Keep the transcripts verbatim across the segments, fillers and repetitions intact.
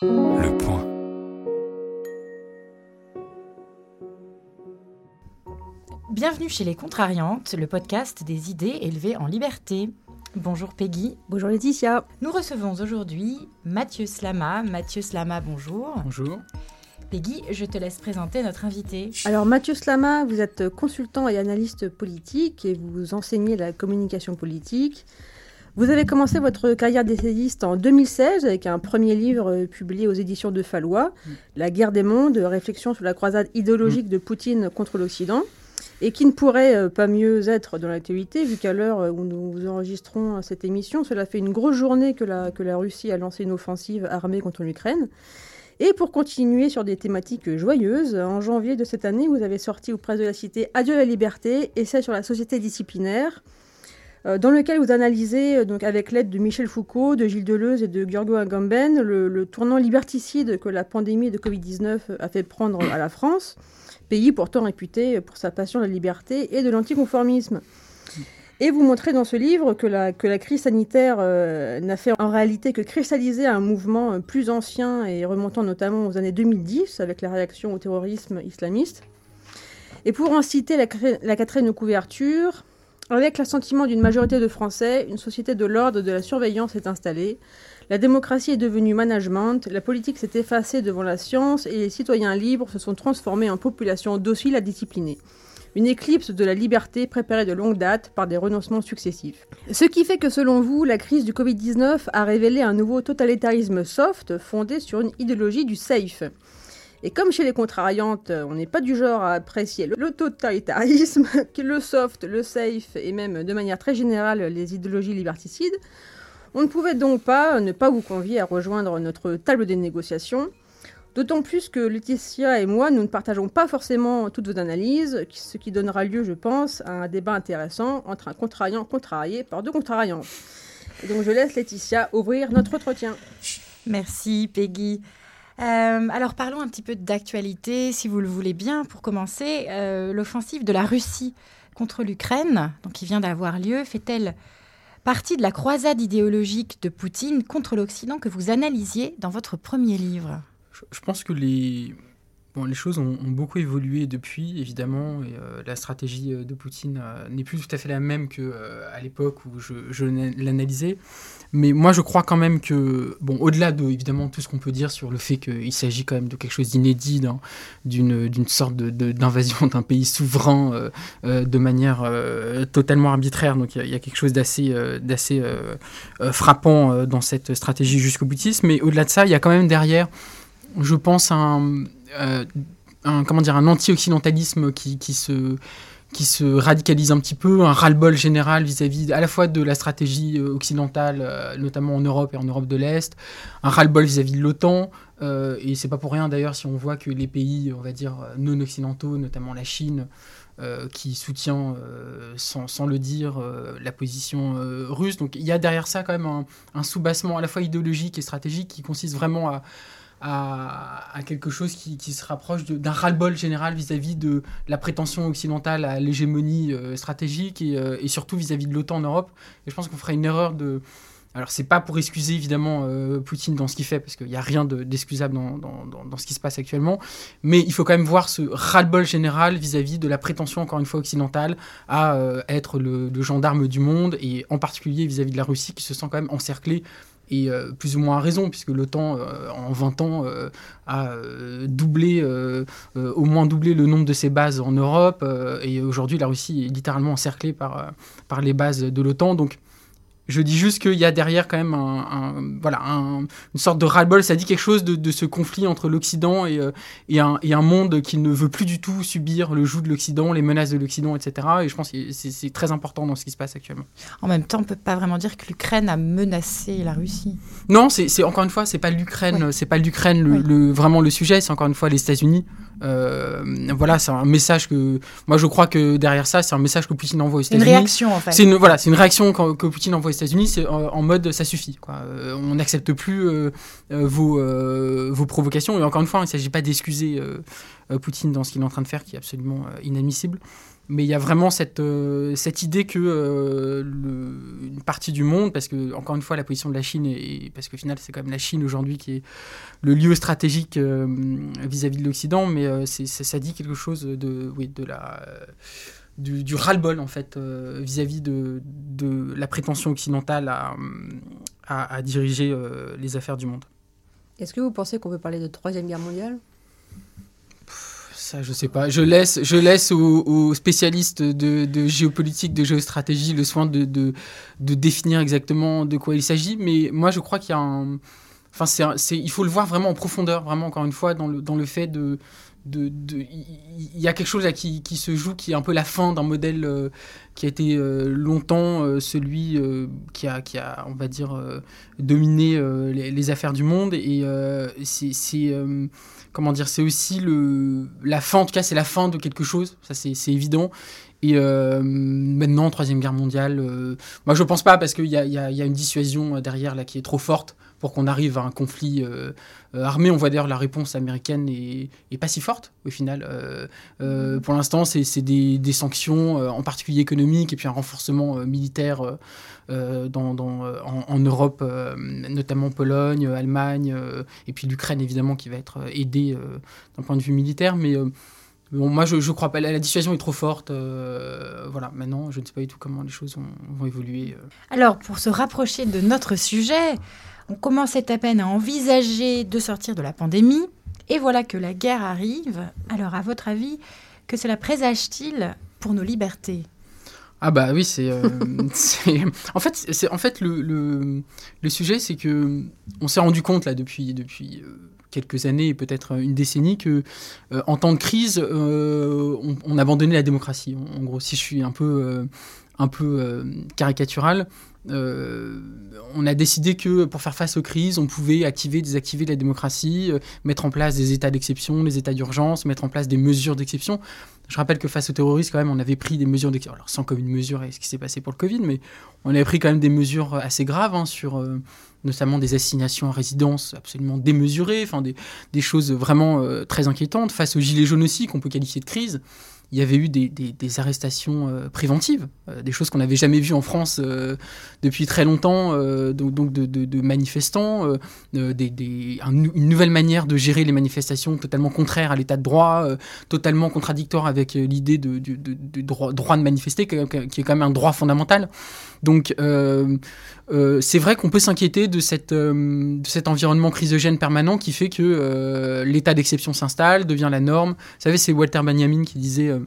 Le point. Bienvenue chez Les Contrariantes, le podcast des idées élevées en liberté. Bonjour Peggy. Bonjour Laetitia. Nous recevons aujourd'hui Mathieu Slama. Mathieu Slama, bonjour. Bonjour. Peggy, je te laisse présenter notre invité. Alors Mathieu Slama, vous êtes consultant et analyste politique et vous enseignez la communication politique. Vous avez commencé votre carrière d'essayiste en deux mille seize avec un premier livre publié aux éditions de Fallois, mmh. La guerre des mondes, réflexion sur la croisade idéologique mmh. de Poutine contre l'Occident, et qui ne pourrait pas mieux être dans l'actualité, vu qu'à l'heure où nous enregistrons cette émission, cela fait une grosse journée que la, que la Russie a lancé une offensive armée contre l'Ukraine. Et pour continuer sur des thématiques joyeuses, en janvier de cette année, vous avez sorti aux presses de la Cité Adieu la liberté, essai sur la société disciplinaire, euh, dans lequel vous analysez, donc, avec l'aide de Michel Foucault, de Gilles Deleuze et de Giorgio Agamben, le, le tournant liberticide que la pandémie de covid dix-neuf a fait prendre à la France, pays pourtant réputé pour sa passion de la liberté et de l'anticonformisme. Et vous montrez dans ce livre que la, que la crise sanitaire euh, n'a fait en réalité que cristalliser un mouvement plus ancien et remontant notamment aux années deux mille dix avec la réaction au terrorisme islamiste. Et pour en citer la, la quatrième couverture, avec l'assentiment d'une majorité de Français, une société de l'ordre de la surveillance est installée, la démocratie est devenue management, la politique s'est effacée devant la science et les citoyens libres se sont transformés en population docile à discipliner. Une éclipse de la liberté préparée de longue date par des renoncements successifs. Ce qui fait que, selon vous, la crise du covid dix-neuf a révélé un nouveau totalitarisme soft fondé sur une idéologie du safe. Et comme chez les contrariantes, on n'est pas du genre à apprécier le totalitarisme, le soft, le safe et même de manière très générale les idéologies liberticides, on ne pouvait donc pas ne pas vous convier à rejoindre notre table des négociations. D'autant plus que Laetitia et moi, nous ne partageons pas forcément toutes vos analyses, ce qui donnera lieu, je pense, à un débat intéressant entre un contrariant contrarié par deux contrariantes. Et donc je laisse Laetitia ouvrir notre entretien. Merci Peggy. Euh, alors parlons un petit peu d'actualité, si vous le voulez bien. Pour commencer, euh, l'offensive de la Russie contre l'Ukraine, donc qui vient d'avoir lieu, fait-elle partie de la croisade idéologique de Poutine contre l'Occident que vous analysiez dans votre premier livre ? Je pense que les, bon, les choses ont, ont beaucoup évolué depuis, évidemment, et euh, la stratégie de Poutine euh, n'est plus tout à fait la même qu'à euh, l'époque où je, je l'analysais. Mais moi, je crois quand même que, bon, au-delà de, évidemment, tout ce qu'on peut dire sur le fait qu'il s'agit quand même de quelque chose d'inédit, d'un, d'une, d'une sorte de, de, d'invasion d'un pays souverain euh, euh, de manière euh, totalement arbitraire. Donc, il y, y a quelque chose d'assez, euh, d'assez euh, euh, frappant euh, dans cette stratégie jusqu'au boutisme. Mais au-delà de ça, il y a quand même derrière, je pense, un, euh, un, comment dire, un anti-occidentalisme qui, qui, se, qui se radicalise un petit peu, un ras-le-bol général vis-à-vis à la fois de la stratégie occidentale, euh, notamment en Europe et en Europe de l'Est, un ras-le-bol vis-à-vis de l'OTAN, euh, et c'est pas pour rien d'ailleurs si on voit que les pays, on va dire, non-occidentaux, notamment la Chine, euh, qui soutient, euh, sans, sans le dire, euh, la position euh, russe. Donc il y a derrière ça quand même un, un soubassement à la fois idéologique et stratégique qui consiste vraiment à À, à quelque chose qui, qui se rapproche de, d'un ras-le-bol général vis-à-vis de la prétention occidentale à l'hégémonie euh, stratégique et, euh, et surtout vis-à-vis de l'OTAN en Europe. Et je pense qu'on ferait une erreur de... Alors, c'est pas pour excuser, évidemment, euh, Poutine dans ce qu'il fait, parce qu'il n'y a rien de, d'excusable dans, dans, dans, dans ce qui se passe actuellement, mais il faut quand même voir ce ras-le-bol général vis-à-vis de la prétention, encore une fois, occidentale à euh, être le, le gendarme du monde, et en particulier vis-à-vis de la Russie, qui se sent quand même encerclée, et euh, plus ou moins à raison, puisque l'OTAN, euh, en vingt ans, euh, a euh, doublé, euh, euh, au moins doublé le nombre de ses bases en Europe, euh, et aujourd'hui, la Russie est littéralement encerclée par, euh, par les bases de l'OTAN. Donc, je dis juste qu'il y a derrière quand même un, un, voilà, un, une sorte de ras-le-bol. Ça dit quelque chose de, de ce conflit entre l'Occident et, euh, et, un, et un monde qui ne veut plus du tout subir le joug de l'Occident, les menaces de l'Occident, et cetera. Et je pense que c'est, c'est très important dans ce qui se passe actuellement. En même temps, on ne peut pas vraiment dire que l'Ukraine a menacé la Russie. Non, c'est, c'est encore une fois, c'est pas l'Ukraine, oui. c'est pas l'Ukraine le, oui. le, vraiment le sujet. C'est encore une fois les États-Unis. Euh, voilà, c'est un message que moi je crois que derrière ça, c'est un message que Poutine envoie aux États-Unis. Une réaction en fait. C'est une voilà, c'est une réaction que, que Poutine envoie aux États-Unis, c'est en, en mode ça suffit, quoi. Euh, on n'accepte plus euh, euh, vos, euh, vos provocations. Et encore une fois, il ne s'agit pas d'excuser euh, euh, Poutine dans ce qu'il est en train de faire, qui est absolument euh, inadmissible. Mais il y a vraiment cette, euh, cette idée que euh, le, une partie du monde, parce que, encore une fois, la position de la Chine, est, parce qu'au final, c'est quand même la Chine aujourd'hui qui est le lieu stratégique euh, vis-à-vis de l'Occident, mais euh, c'est, ça, ça dit quelque chose de, oui, de la, euh, du, du ras-le-bol, en fait, euh, vis-à-vis de, de la prétention occidentale à, à, à diriger euh, les affaires du monde. Est-ce que vous pensez qu'on peut parler de Troisième Guerre mondiale ? Ça, je sais pas. Je laisse, je laisse aux, aux spécialistes de, de géopolitique, de géostratégie, le soin de, de, de définir exactement de quoi il s'agit. Mais moi, je crois qu'il y a un... Enfin, c'est, c'est, il faut le voir vraiment en profondeur, vraiment, encore une fois, dans le, dans le fait de... de, de il y a quelque chose là qui, qui se joue, qui est un peu la fin d'un modèle euh, qui a été euh, longtemps euh, celui euh, qui, a, qui a, on va dire, euh, dominé euh, les, les affaires du monde. Et euh, c'est... c'est euh, comment dire, c'est aussi le, la fin, en tout cas, c'est la fin de quelque chose, ça c'est, c'est évident. Et euh, maintenant, Troisième Guerre mondiale, euh, moi je pense pas, parce qu'il y a, y a, y a une dissuasion derrière là qui est trop forte pour qu'on arrive à un conflit euh, euh, armé. On voit d'ailleurs la réponse américaine est, est pas si forte au final. Euh, euh, pour l'instant, c'est, c'est des, des sanctions, euh, en particulier économiques, et puis un renforcement euh, militaire euh, euh, dans, dans, euh, en, en Europe, euh, notamment Pologne, Allemagne, euh, et puis l'Ukraine évidemment qui va être aidée euh, d'un point de vue militaire. Mais euh, bon, moi je, je crois pas, la, la dissuasion est trop forte. Euh, voilà, maintenant je ne sais pas du tout comment les choses vont, vont évoluer. Euh. Alors, pour se rapprocher de notre sujet, on commençait à peine à envisager de sortir de la pandémie, et voilà que la guerre arrive. Alors, à votre avis, que cela présage-t-il pour nos libertés ? Ah bah oui, c'est... Euh, c'est... En fait, c'est, en fait le, le, le sujet, c'est que on s'est rendu compte, là, depuis, depuis euh, quelques années, et peut-être une décennie, que euh, en temps de crise, euh, on, on abandonnait la démocratie. En, en gros, si je suis un peu, euh, un peu euh, caricatural, Euh, on a décidé que pour faire face aux crises, on pouvait activer, désactiver la démocratie, euh, mettre en place des états d'exception, des états d'urgence, mettre en place des mesures d'exception. Je rappelle que face aux terroristes, quand même, on avait pris des mesures d'exception. Alors, sans comme une mesure, ce qui s'est passé pour le Covid, mais on avait pris quand même des mesures assez graves, hein, sur euh, notamment des assignations à résidence absolument démesurées, enfin des, des choses vraiment euh, très inquiétantes. Face aux gilets jaunes aussi, qu'on peut qualifier de crise, il y avait eu des, des, des arrestations euh, préventives, euh, des choses qu'on n'avait jamais vues en France euh, depuis très longtemps, euh, donc, donc de, de, de manifestants, euh, des, des, un, une nouvelle manière de gérer les manifestations totalement contraire à l'état de droit, euh, totalement contradictoire avec l'idée de, de, de, de droit, droit de manifester, qui est quand même un droit fondamental. Donc euh, euh, c'est vrai qu'on peut s'inquiéter de, cette, euh, de cet environnement chrysogène permanent qui fait que euh, l'état d'exception s'installe, devient la norme. Vous savez, c'est Walter Benjamin qui disait euh,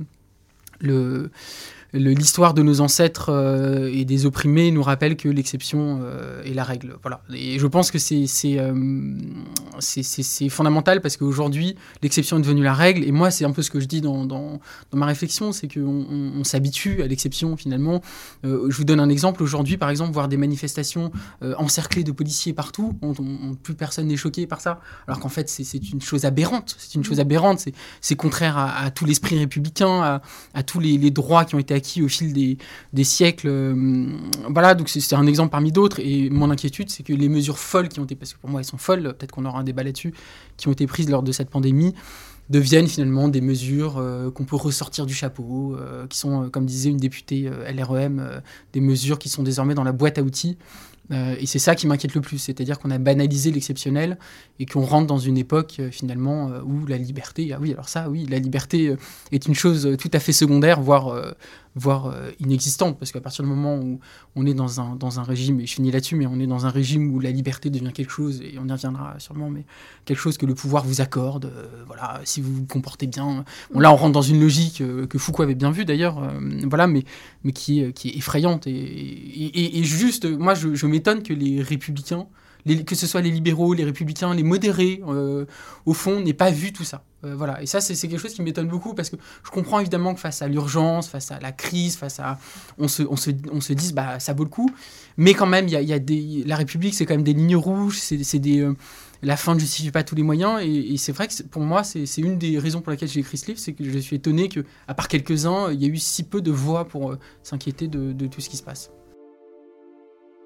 le... Le, l'histoire de nos ancêtres euh, et des opprimés nous rappelle que l'exception euh, est la règle. Voilà. Et je pense que c'est, c'est, euh, c'est, c'est, c'est fondamental parce qu'aujourd'hui, l'exception est devenue la règle. Et moi, c'est un peu ce que je dis dans, dans, dans ma réflexion, c'est qu'on on, on s'habitue à l'exception finalement. Euh, je vous donne un exemple. Aujourd'hui, par exemple, voir des manifestations euh, encerclées de policiers partout, on, on, plus personne n'est choqué par ça. Alors qu'en fait, c'est, c'est une chose aberrante. C'est une chose aberrante. C'est, c'est contraire à, à tout l'esprit républicain, à, à tous les, les droits qui ont été acquis au fil des, des siècles. Euh, voilà, donc c'est, c'est un exemple parmi d'autres. Et mon inquiétude, c'est que les mesures folles qui ont été, parce que pour moi elles sont folles, peut-être qu'on aura un débat là-dessus, qui ont été prises lors de cette pandémie, deviennent finalement des mesures euh, qu'on peut ressortir du chapeau, euh, qui sont, euh, comme disait une députée euh, L R E M, euh, des mesures qui sont désormais dans la boîte à outils. Euh, et c'est ça qui m'inquiète le plus, c'est-à-dire qu'on a banalisé l'exceptionnel et qu'on rentre dans une époque euh, finalement euh, où la liberté, ah oui, alors ça, oui, la liberté euh, est une chose tout à fait secondaire, voire, euh, voire euh, inexistante, parce qu'à partir du moment où on est dans un, dans un régime, et je finis là-dessus, mais on est dans un régime où la liberté devient quelque chose, et on y reviendra sûrement, mais quelque chose que le pouvoir vous accorde, euh, voilà, si vous vous comportez bien. Bon, là, on rentre dans une logique euh, que Foucault avait bien vue d'ailleurs, euh, voilà, mais, mais qui, est, qui est effrayante. Et, et, et juste, moi, je, je m'étonne que les républicains, les, que ce soit les libéraux, les républicains, les modérés, euh, au fond, n'aient pas vu tout ça. Euh, voilà. Et ça, c'est, c'est quelque chose qui m'étonne beaucoup, parce que je comprends évidemment que face à l'urgence, face à la crise, face à... On se, on se, on se dise, bah, ça vaut le coup. Mais quand même, y a, y a des, la République, c'est quand même des lignes rouges, c'est, c'est des... Euh, la fin ne justifie pas tous les moyens, et, et c'est vrai que c'est, pour moi, c'est, c'est une des raisons pour laquelle j'ai écrit ce livre, c'est que je suis étonné qu'à part quelques-uns, il y a eu si peu de voix pour euh, s'inquiéter de, de tout ce qui se passe.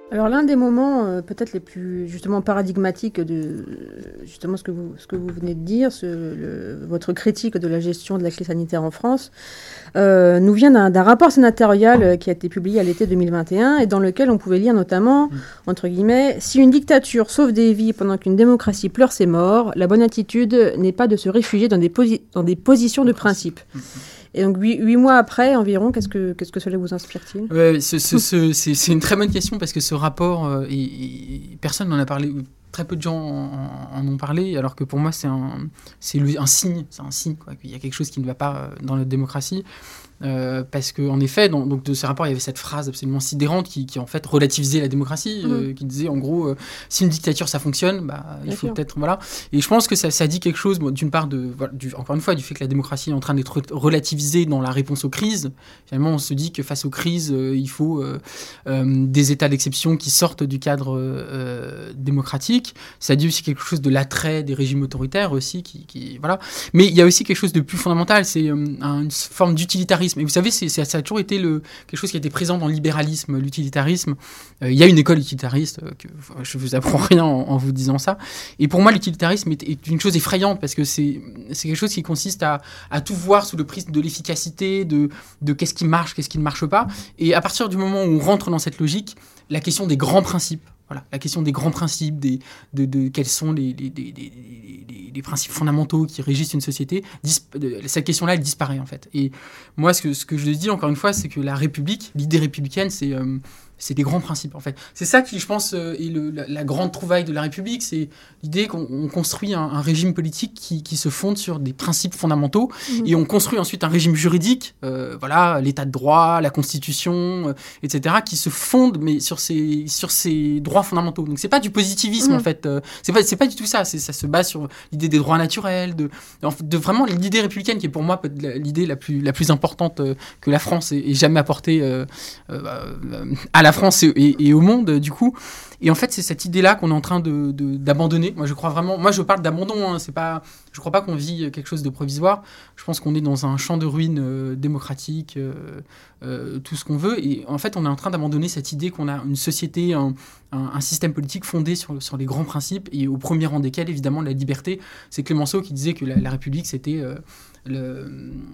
Alors l'un des moments euh, peut-être les plus justement paradigmatiques de justement ce que vous, ce que vous venez de dire, ce, le, votre critique de la gestion de la crise sanitaire en France, euh, nous vient d'un, d'un rapport sénatorial euh, qui a été publié à l'été deux mille vingt et un et dans lequel on pouvait lire notamment, entre guillemets, « Si une dictature sauve des vies pendant qu'une démocratie pleure ses morts, la bonne attitude n'est pas de se réfugier dans des, posi- dans des positions de principe. » Et donc, huit, huit mois après environ, qu'est-ce que, qu'est-ce que cela vous inspire-t-il ? Ouais, ce, ce, ce, c'est, c'est une très bonne question parce que ce rapport, euh, et, et personne n'en a parlé, très peu de gens en, en ont parlé, alors que pour moi, c'est un, c'est un signe, c'est un signe quoi, qu'il y a quelque chose qui ne va pas dans notre démocratie. Euh, parce qu'en effet, dans, donc de ce rapport, il y avait cette phrase absolument sidérante qui, qui en fait relativisait la démocratie, mmh. euh, qui disait en gros, euh, si une dictature ça fonctionne, bah, il faut peut-être voilà. Et je pense que ça, ça dit quelque chose, bon, d'une part de, voilà, du, encore une fois, du fait que la démocratie est en train d'être relativisée dans la réponse aux crises. Finalement, on se dit que face aux crises, euh, il faut euh, euh, des états d'exception qui sortent du cadre euh, démocratique. Ça dit aussi quelque chose de l'attrait des régimes autoritaires aussi, qui, qui voilà. Mais il y a aussi quelque chose de plus fondamental, c'est euh, une forme d'utilitarisme. Et vous savez, c'est, c'est, ça a toujours été le, quelque chose qui a été présent dans le libéralisme, l'utilitarisme. Euh, il y a une école utilitariste, euh, que, je ne vous apprends rien en, en vous disant ça. Et pour moi, l'utilitarisme est, est une chose effrayante parce que c'est, c'est quelque chose qui consiste à, à tout voir sous le prisme de l'efficacité, de, de qu'est-ce qui marche, qu'est-ce qui ne marche pas. Et à partir du moment où on rentre dans cette logique, la question des grands principes, voilà, la question des grands principes, des, de, de quels sont les, les, les, les, les, les principes fondamentaux qui régissent une société, disp- de, cette question-là, elle disparaît en fait. Et moi, ce que, ce que je dis encore une fois, c'est que la République, l'idée républicaine, c'est, euh, c'est des grands principes en fait. C'est ça qui, je pense, euh, est le, la, la grande trouvaille de la République, c'est l'idée qu'on on construit un, un régime politique qui, qui se fonde sur des principes fondamentaux mmh. et on construit ensuite un régime juridique, euh, voilà, l'état de droit, la Constitution, euh, et cetera, qui se fonde mais sur ces, sur ces droits fondamentaux. Donc c'est pas du positivisme mmh. en fait, euh, c'est pas, c'est pas du tout ça, c'est, ça se base sur l'idée des droits naturels, de, de vraiment l'idée républicaine qui est pour moi l'idée la plus, la plus importante euh, que la France ait, ait jamais apportée euh, euh, à la France et, et, et au monde du coup. Et en fait, c'est cette idée-là qu'on est en train de, de, d'abandonner. Moi, je crois vraiment... Moi, je parle d'abandon. Hein, c'est pas... Je ne crois pas qu'on vit quelque chose de provisoire. Je pense qu'on est dans un champ de ruines euh, démocratique, euh, euh, tout ce qu'on veut. Et en fait, on est en train d'abandonner cette idée qu'on a une société, un, un, un système politique fondé sur, sur les grands principes, et au premier rang desquels, évidemment, la liberté. C'est Clémenceau qui disait que la, la République, c'était euh, le,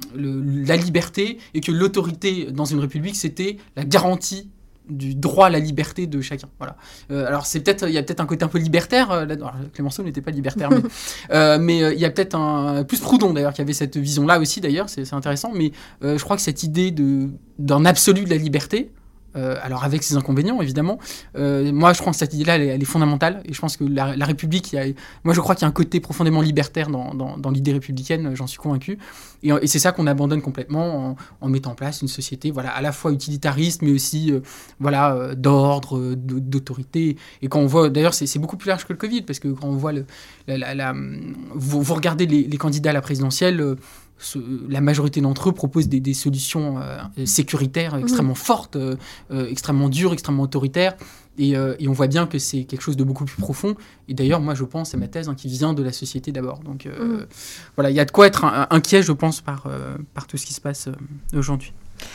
le, la liberté, et que l'autorité dans une République, c'était la garantie du droit à la liberté de chacun. Voilà. Euh, alors c'est peut-être, il y a peut-être un côté un peu libertaire. Euh, là, Clémenceau n'était pas libertaire, mais euh, mais euh, il y a peut-être un plus Proudhon d'ailleurs qui avait cette vision-là aussi d'ailleurs. C'est, c'est intéressant, mais euh, je crois que cette idée de d'un absolu de la liberté. Euh, alors avec ses inconvénients évidemment, euh, moi je crois que cette idée-là elle est, elle est fondamentale et je pense que la, la République, il y a, moi je crois qu'il y a un côté profondément libertaire dans, dans, dans l'idée républicaine, j'en suis convaincu, et, et c'est ça qu'on abandonne complètement en, en mettant en place une société voilà, à la fois utilitariste mais aussi euh, voilà, euh, d'ordre, d'autorité. Et quand on voit, d'ailleurs c'est, c'est beaucoup plus large que le Covid, parce que quand on voit le, la, la, la, vous, vous regardez les, les candidats à la présidentielle, euh, Ce, la majorité d'entre eux proposent des, des solutions euh, sécuritaires extrêmement mmh. fortes, euh, euh, extrêmement dures, extrêmement autoritaires. Et, euh, et on voit bien que c'est quelque chose de beaucoup plus profond. Et d'ailleurs, moi, je pense, c'est ma thèse, hein, qui vient de la société d'abord. Donc euh, mmh. voilà, il y a de quoi être un, inquiet, je pense, par, euh, par tout ce qui se passe euh, aujourd'hui.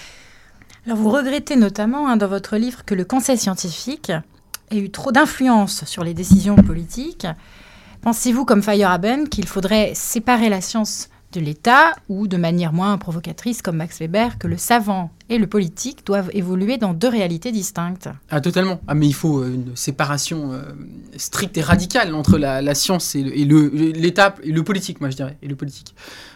Alors, vous regrettez notamment, hein, dans votre livre, que le conseil scientifique ait eu trop d'influence sur les décisions politiques. Pensez-vous, comme Feyerabend, qu'il faudrait séparer la science de l'État, ou de manière moins provocatrice, comme Max Weber, que le savant et le politique doivent évoluer dans deux réalités distinctes? Ah, totalement. Ah, mais il faut une séparation euh, stricte et radicale entre la, la science et, le, et le, l'État et le politique, moi je dirais, et le politique.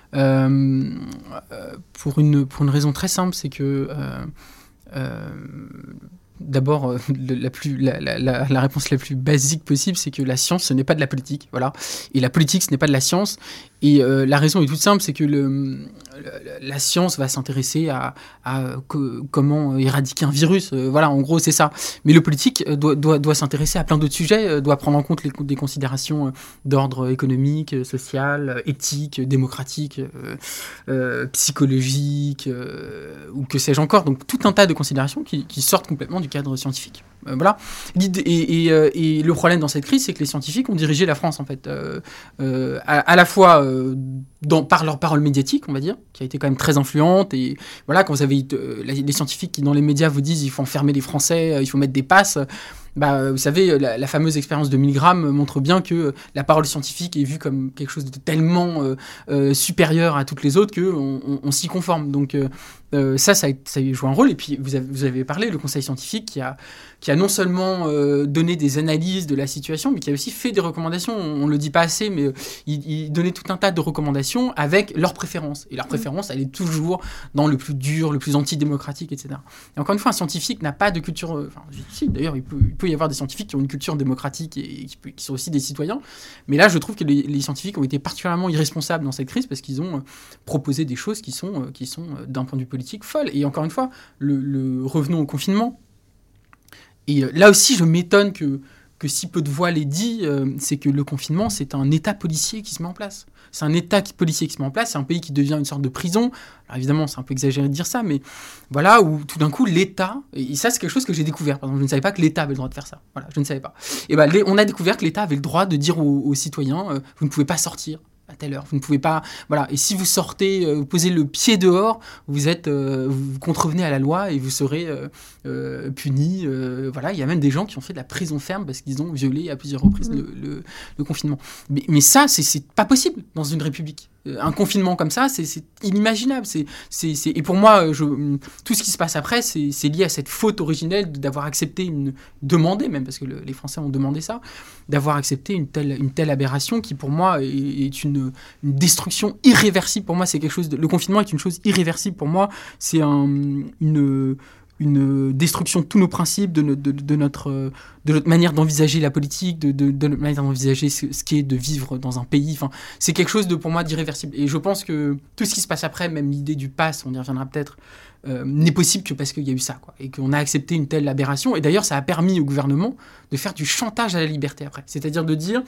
Euh, euh, pour, une, pour une raison très simple, c'est que euh, euh, d'abord, euh, la, plus, la, la, la, la réponse la plus basique possible, c'est que la science, ce n'est pas de la politique, voilà. Et la politique, ce n'est pas de la science. Et euh, la raison est toute simple, c'est que le, le, la science va s'intéresser à, à que, comment éradiquer un virus. Euh, voilà, en gros, c'est ça. Mais le politique euh, doit, doit, doit s'intéresser à plein d'autres sujets, euh, doit prendre en compte les, des considérations euh, d'ordre économique, euh, social, euh, éthique, démocratique, euh, euh, psychologique, euh, ou que sais-je encore. Donc, tout un tas de considérations qui, qui sortent complètement du cadre scientifique. Euh, voilà. Et, et, euh, et le problème dans cette crise, c'est que les scientifiques ont dirigé la France, en fait, euh, euh, à, à la fois euh, dans, par leur parole médiatique, on va dire, qui a été quand même très influente. Et voilà, quand vous avez euh, les scientifiques qui, dans les médias, vous disent il faut enfermer les Français, il faut mettre des passes. bah, vous savez, la, la fameuse expérience de Milgram montre bien que la parole scientifique est vue comme quelque chose de tellement euh, euh, supérieur à toutes les autres qu'on on, on s'y conforme. Donc euh, euh, ça, ça a, ça a joué un rôle. Et puis vous avez, vous avez parlé, le Conseil scientifique qui a, qui a non seulement euh, donné des analyses de la situation, mais qui a aussi fait des recommandations. On ne le dit pas assez, mais euh, il, il donnait tout un tas de recommandations avec leurs préférences. Et leur préférence, elle est toujours dans le plus dur, le plus antidémocratique, et cetera. Et encore une fois, un scientifique n'a pas de culture... Euh, enfin, si, d'ailleurs, il peut, il peut y avoir des scientifiques qui ont une culture démocratique et, et qui, qui sont aussi des citoyens. Mais là, je trouve que les, les scientifiques ont été particulièrement irresponsables dans cette crise parce qu'ils ont euh, proposé des choses qui sont, euh, qui sont euh, d'un point de vue politique, folles. Et encore une fois, le, le, revenons au confinement. Et euh, là aussi, je m'étonne que, que si peu de voix l'aient dit, euh, c'est que le confinement, c'est un état policier qui se met en place. C'est un état policier qui se met en place, c'est un pays qui devient une sorte de prison. Alors évidemment, c'est un peu exagéré de dire ça, mais voilà, où tout d'un coup, l'État, et ça, c'est quelque chose que j'ai découvert. Par exemple, je ne savais pas que l'État avait le droit de faire ça. Voilà, je ne savais pas. Et ben, les, on a découvert que l'État avait le droit de dire aux, aux citoyens, euh, vous ne pouvez pas sortir à telle heure, vous ne pouvez pas... Voilà, et si vous sortez, euh, vous posez le pied dehors, vous êtes, euh, vous contrevenez à la loi et vous serez euh, euh, puni. Euh, voilà, il y a même des gens qui ont fait de la prison ferme parce qu'ils ont violé à plusieurs reprises mmh. le, le, le confinement. Mais, mais ça, c'est, c'est pas possible dans une république. Un confinement comme ça, c'est, c'est inimaginable. C'est, c'est, c'est... Et pour moi, je... tout ce qui se passe après, c'est, c'est lié à cette faute originelle d'avoir accepté, une... demandé même, parce que le, les Français ont demandé ça, d'avoir accepté une telle, une telle aberration qui, pour moi, est, est une, une destruction irréversible. Pour moi, c'est quelque chose... De... Le confinement est une chose irréversible. Pour moi, c'est un, une... une destruction de tous nos principes, de, no, de, de, notre, de notre manière d'envisager la politique, de, de, de notre manière d'envisager ce, ce qu'est de vivre dans un pays. Enfin, c'est quelque chose de, pour moi, d'irréversible. Et je pense que tout ce qui se passe après, même l'idée du pass, on y reviendra peut-être, euh, n'est possible que parce qu'il y a eu ça, quoi, et qu'on a accepté une telle aberration. Et d'ailleurs, ça a permis au gouvernement de faire du chantage à la liberté après. C'est-à-dire de dire...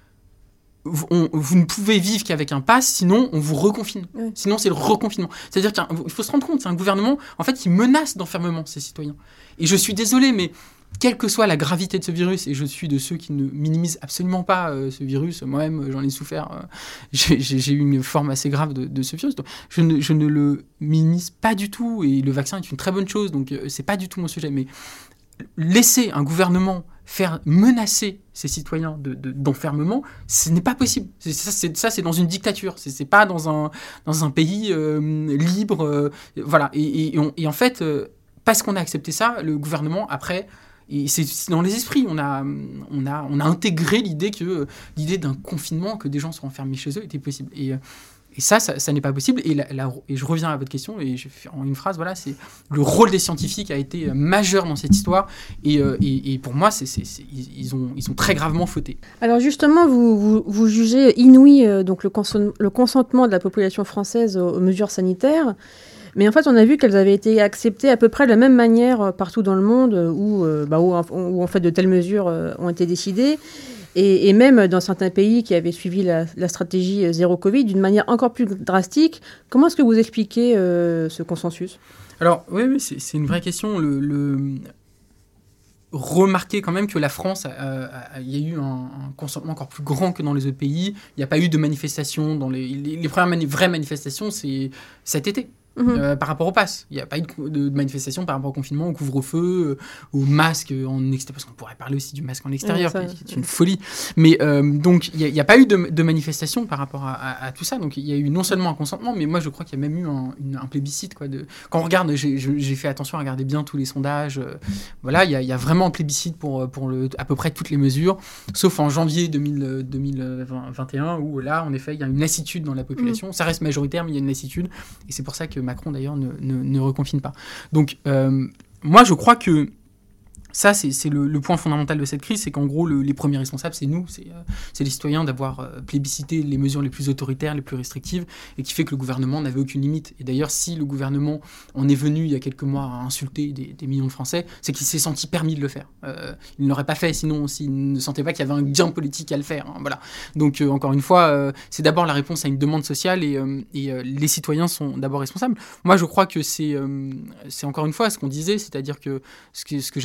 On, vous ne pouvez vivre qu'avec un pass, sinon on vous reconfine. Oui. Sinon, c'est le reconfinement. C'est-à-dire qu'il faut se rendre compte, c'est un gouvernement, en fait, qui menace d'enfermement ses citoyens. Et je suis désolé, mais quelle que soit la gravité de ce virus, et je suis de ceux qui ne minimisent absolument pas euh, ce virus, moi-même, j'en ai souffert, euh, j'ai, j'ai eu une forme assez grave de, de ce virus, donc je ne, je ne le minimise pas du tout, et le vaccin est une très bonne chose, donc euh, c'est pas du tout mon sujet, mais laisser un gouvernement faire menacer ses citoyens de, de, d'enfermement, ce n'est pas possible. C'est, ça, c'est, ça, c'est dans une dictature. C'est, c'est pas dans un, dans un pays euh, libre. Euh, voilà. Et, et, on, et en fait, euh, parce qu'on a accepté ça, le gouvernement, après, et c'est, c'est dans les esprits, on a, on a, on a intégré l'idée que euh, l'idée d'un confinement, que des gens soient enfermés chez eux, était possible. Et euh, Et ça, ça, ça n'est pas possible. Et, la, la, et je reviens à votre question, et je fais en une phrase, voilà, c'est le rôle des scientifiques a été majeur dans cette histoire. Et, euh, et, et pour moi, c'est, c'est, c'est, ils, ont, ils ont très gravement fauté. Alors justement, vous, vous, vous jugez inouï euh, donc le, consom- le consentement de la population française aux, aux mesures sanitaires. Mais en fait, on a vu qu'elles avaient été acceptées à peu près de la même manière euh, partout dans le monde où, euh, bah, où, où en fait de telles mesures euh, ont été décidées. Et, et même dans certains pays qui avaient suivi la, la stratégie zéro Covid d'une manière encore plus drastique. Comment est-ce que vous expliquez euh, ce consensus ? Alors, oui, oui c'est, c'est une vraie question. Le, le... Remarquez quand même que la France, il y a eu un, un consentement encore plus grand que dans les autres pays. Il n'y a pas eu de manifestations. Dans les, les, les premières mani- vraies manifestations, c'est cet été. Mmh. Euh, par rapport au pass. Il n'y a pas eu de, de, de manifestation par rapport au confinement, au couvre-feu, euh, au masque en extérieur, parce qu'on pourrait parler aussi du masque en extérieur, mmh, ça, qui est une folie. Mais euh, donc, il n'y a, a pas eu de, de manifestation par rapport à, à, à tout ça. Donc, il y a eu non seulement un consentement, mais moi, je crois qu'il y a même eu un, une, un plébiscite. Quoi, de... Quand on regarde, j'ai, j'ai fait attention à regarder bien tous les sondages. Euh, voilà, il y, a, il y a vraiment un plébiscite pour, pour le, à peu près toutes les mesures, sauf en janvier deux mille vingt et un, où là, en effet, il y a une lassitude dans la population. Mmh. Ça reste majoritaire, mais il y a une lassitude. Et c'est pour ça que Macron, d'ailleurs, ne, ne, ne reconfine pas. Donc, euh, moi, je crois que ça, c'est, c'est le, le point fondamental de cette crise, c'est qu'en gros, le, les premiers responsables, c'est nous, c'est, euh, c'est les citoyens d'avoir euh, plébiscité les mesures les plus autoritaires, les plus restrictives, et qui fait que le gouvernement n'avait aucune limite. Et d'ailleurs, si le gouvernement en est venu, il y a quelques mois, à insulter des, des millions de Français, c'est qu'il s'est senti permis de le faire. Euh, il ne l'aurait pas fait, sinon, s'il ne sentait pas qu'il y avait un gain politique à le faire. Hein, voilà. Donc, euh, encore une fois, euh, c'est d'abord la réponse à une demande sociale, et, euh, et euh, les citoyens sont d'abord responsables. Moi, je crois que c'est, euh, c'est encore une fois ce qu'on disait, c'est-à-dire que ce que, ce que j'appelle...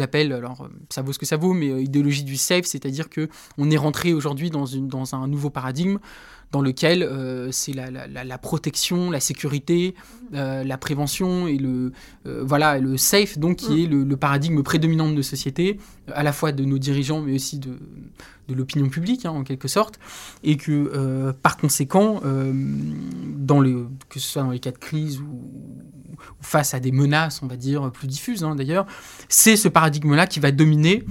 alors ça vaut ce que ça vaut, mais euh, idéologie du safe, c'est-à-dire qu'on est rentré aujourd'hui dans, une, dans un nouveau paradigme dans lequel euh, c'est la, la, la protection, la sécurité, euh, la prévention et le, euh, voilà, le safe, donc, qui mmh. est le, le paradigme prédominant de nos sociétés, à la fois de nos dirigeants, mais aussi de, de l'opinion publique, hein, en quelque sorte, et que, euh, par conséquent, euh, dans le, que ce soit dans les cas de crise ou, ou face à des menaces, on va dire, plus diffuses, hein, d'ailleurs, c'est ce paradigme-là qui va dominer.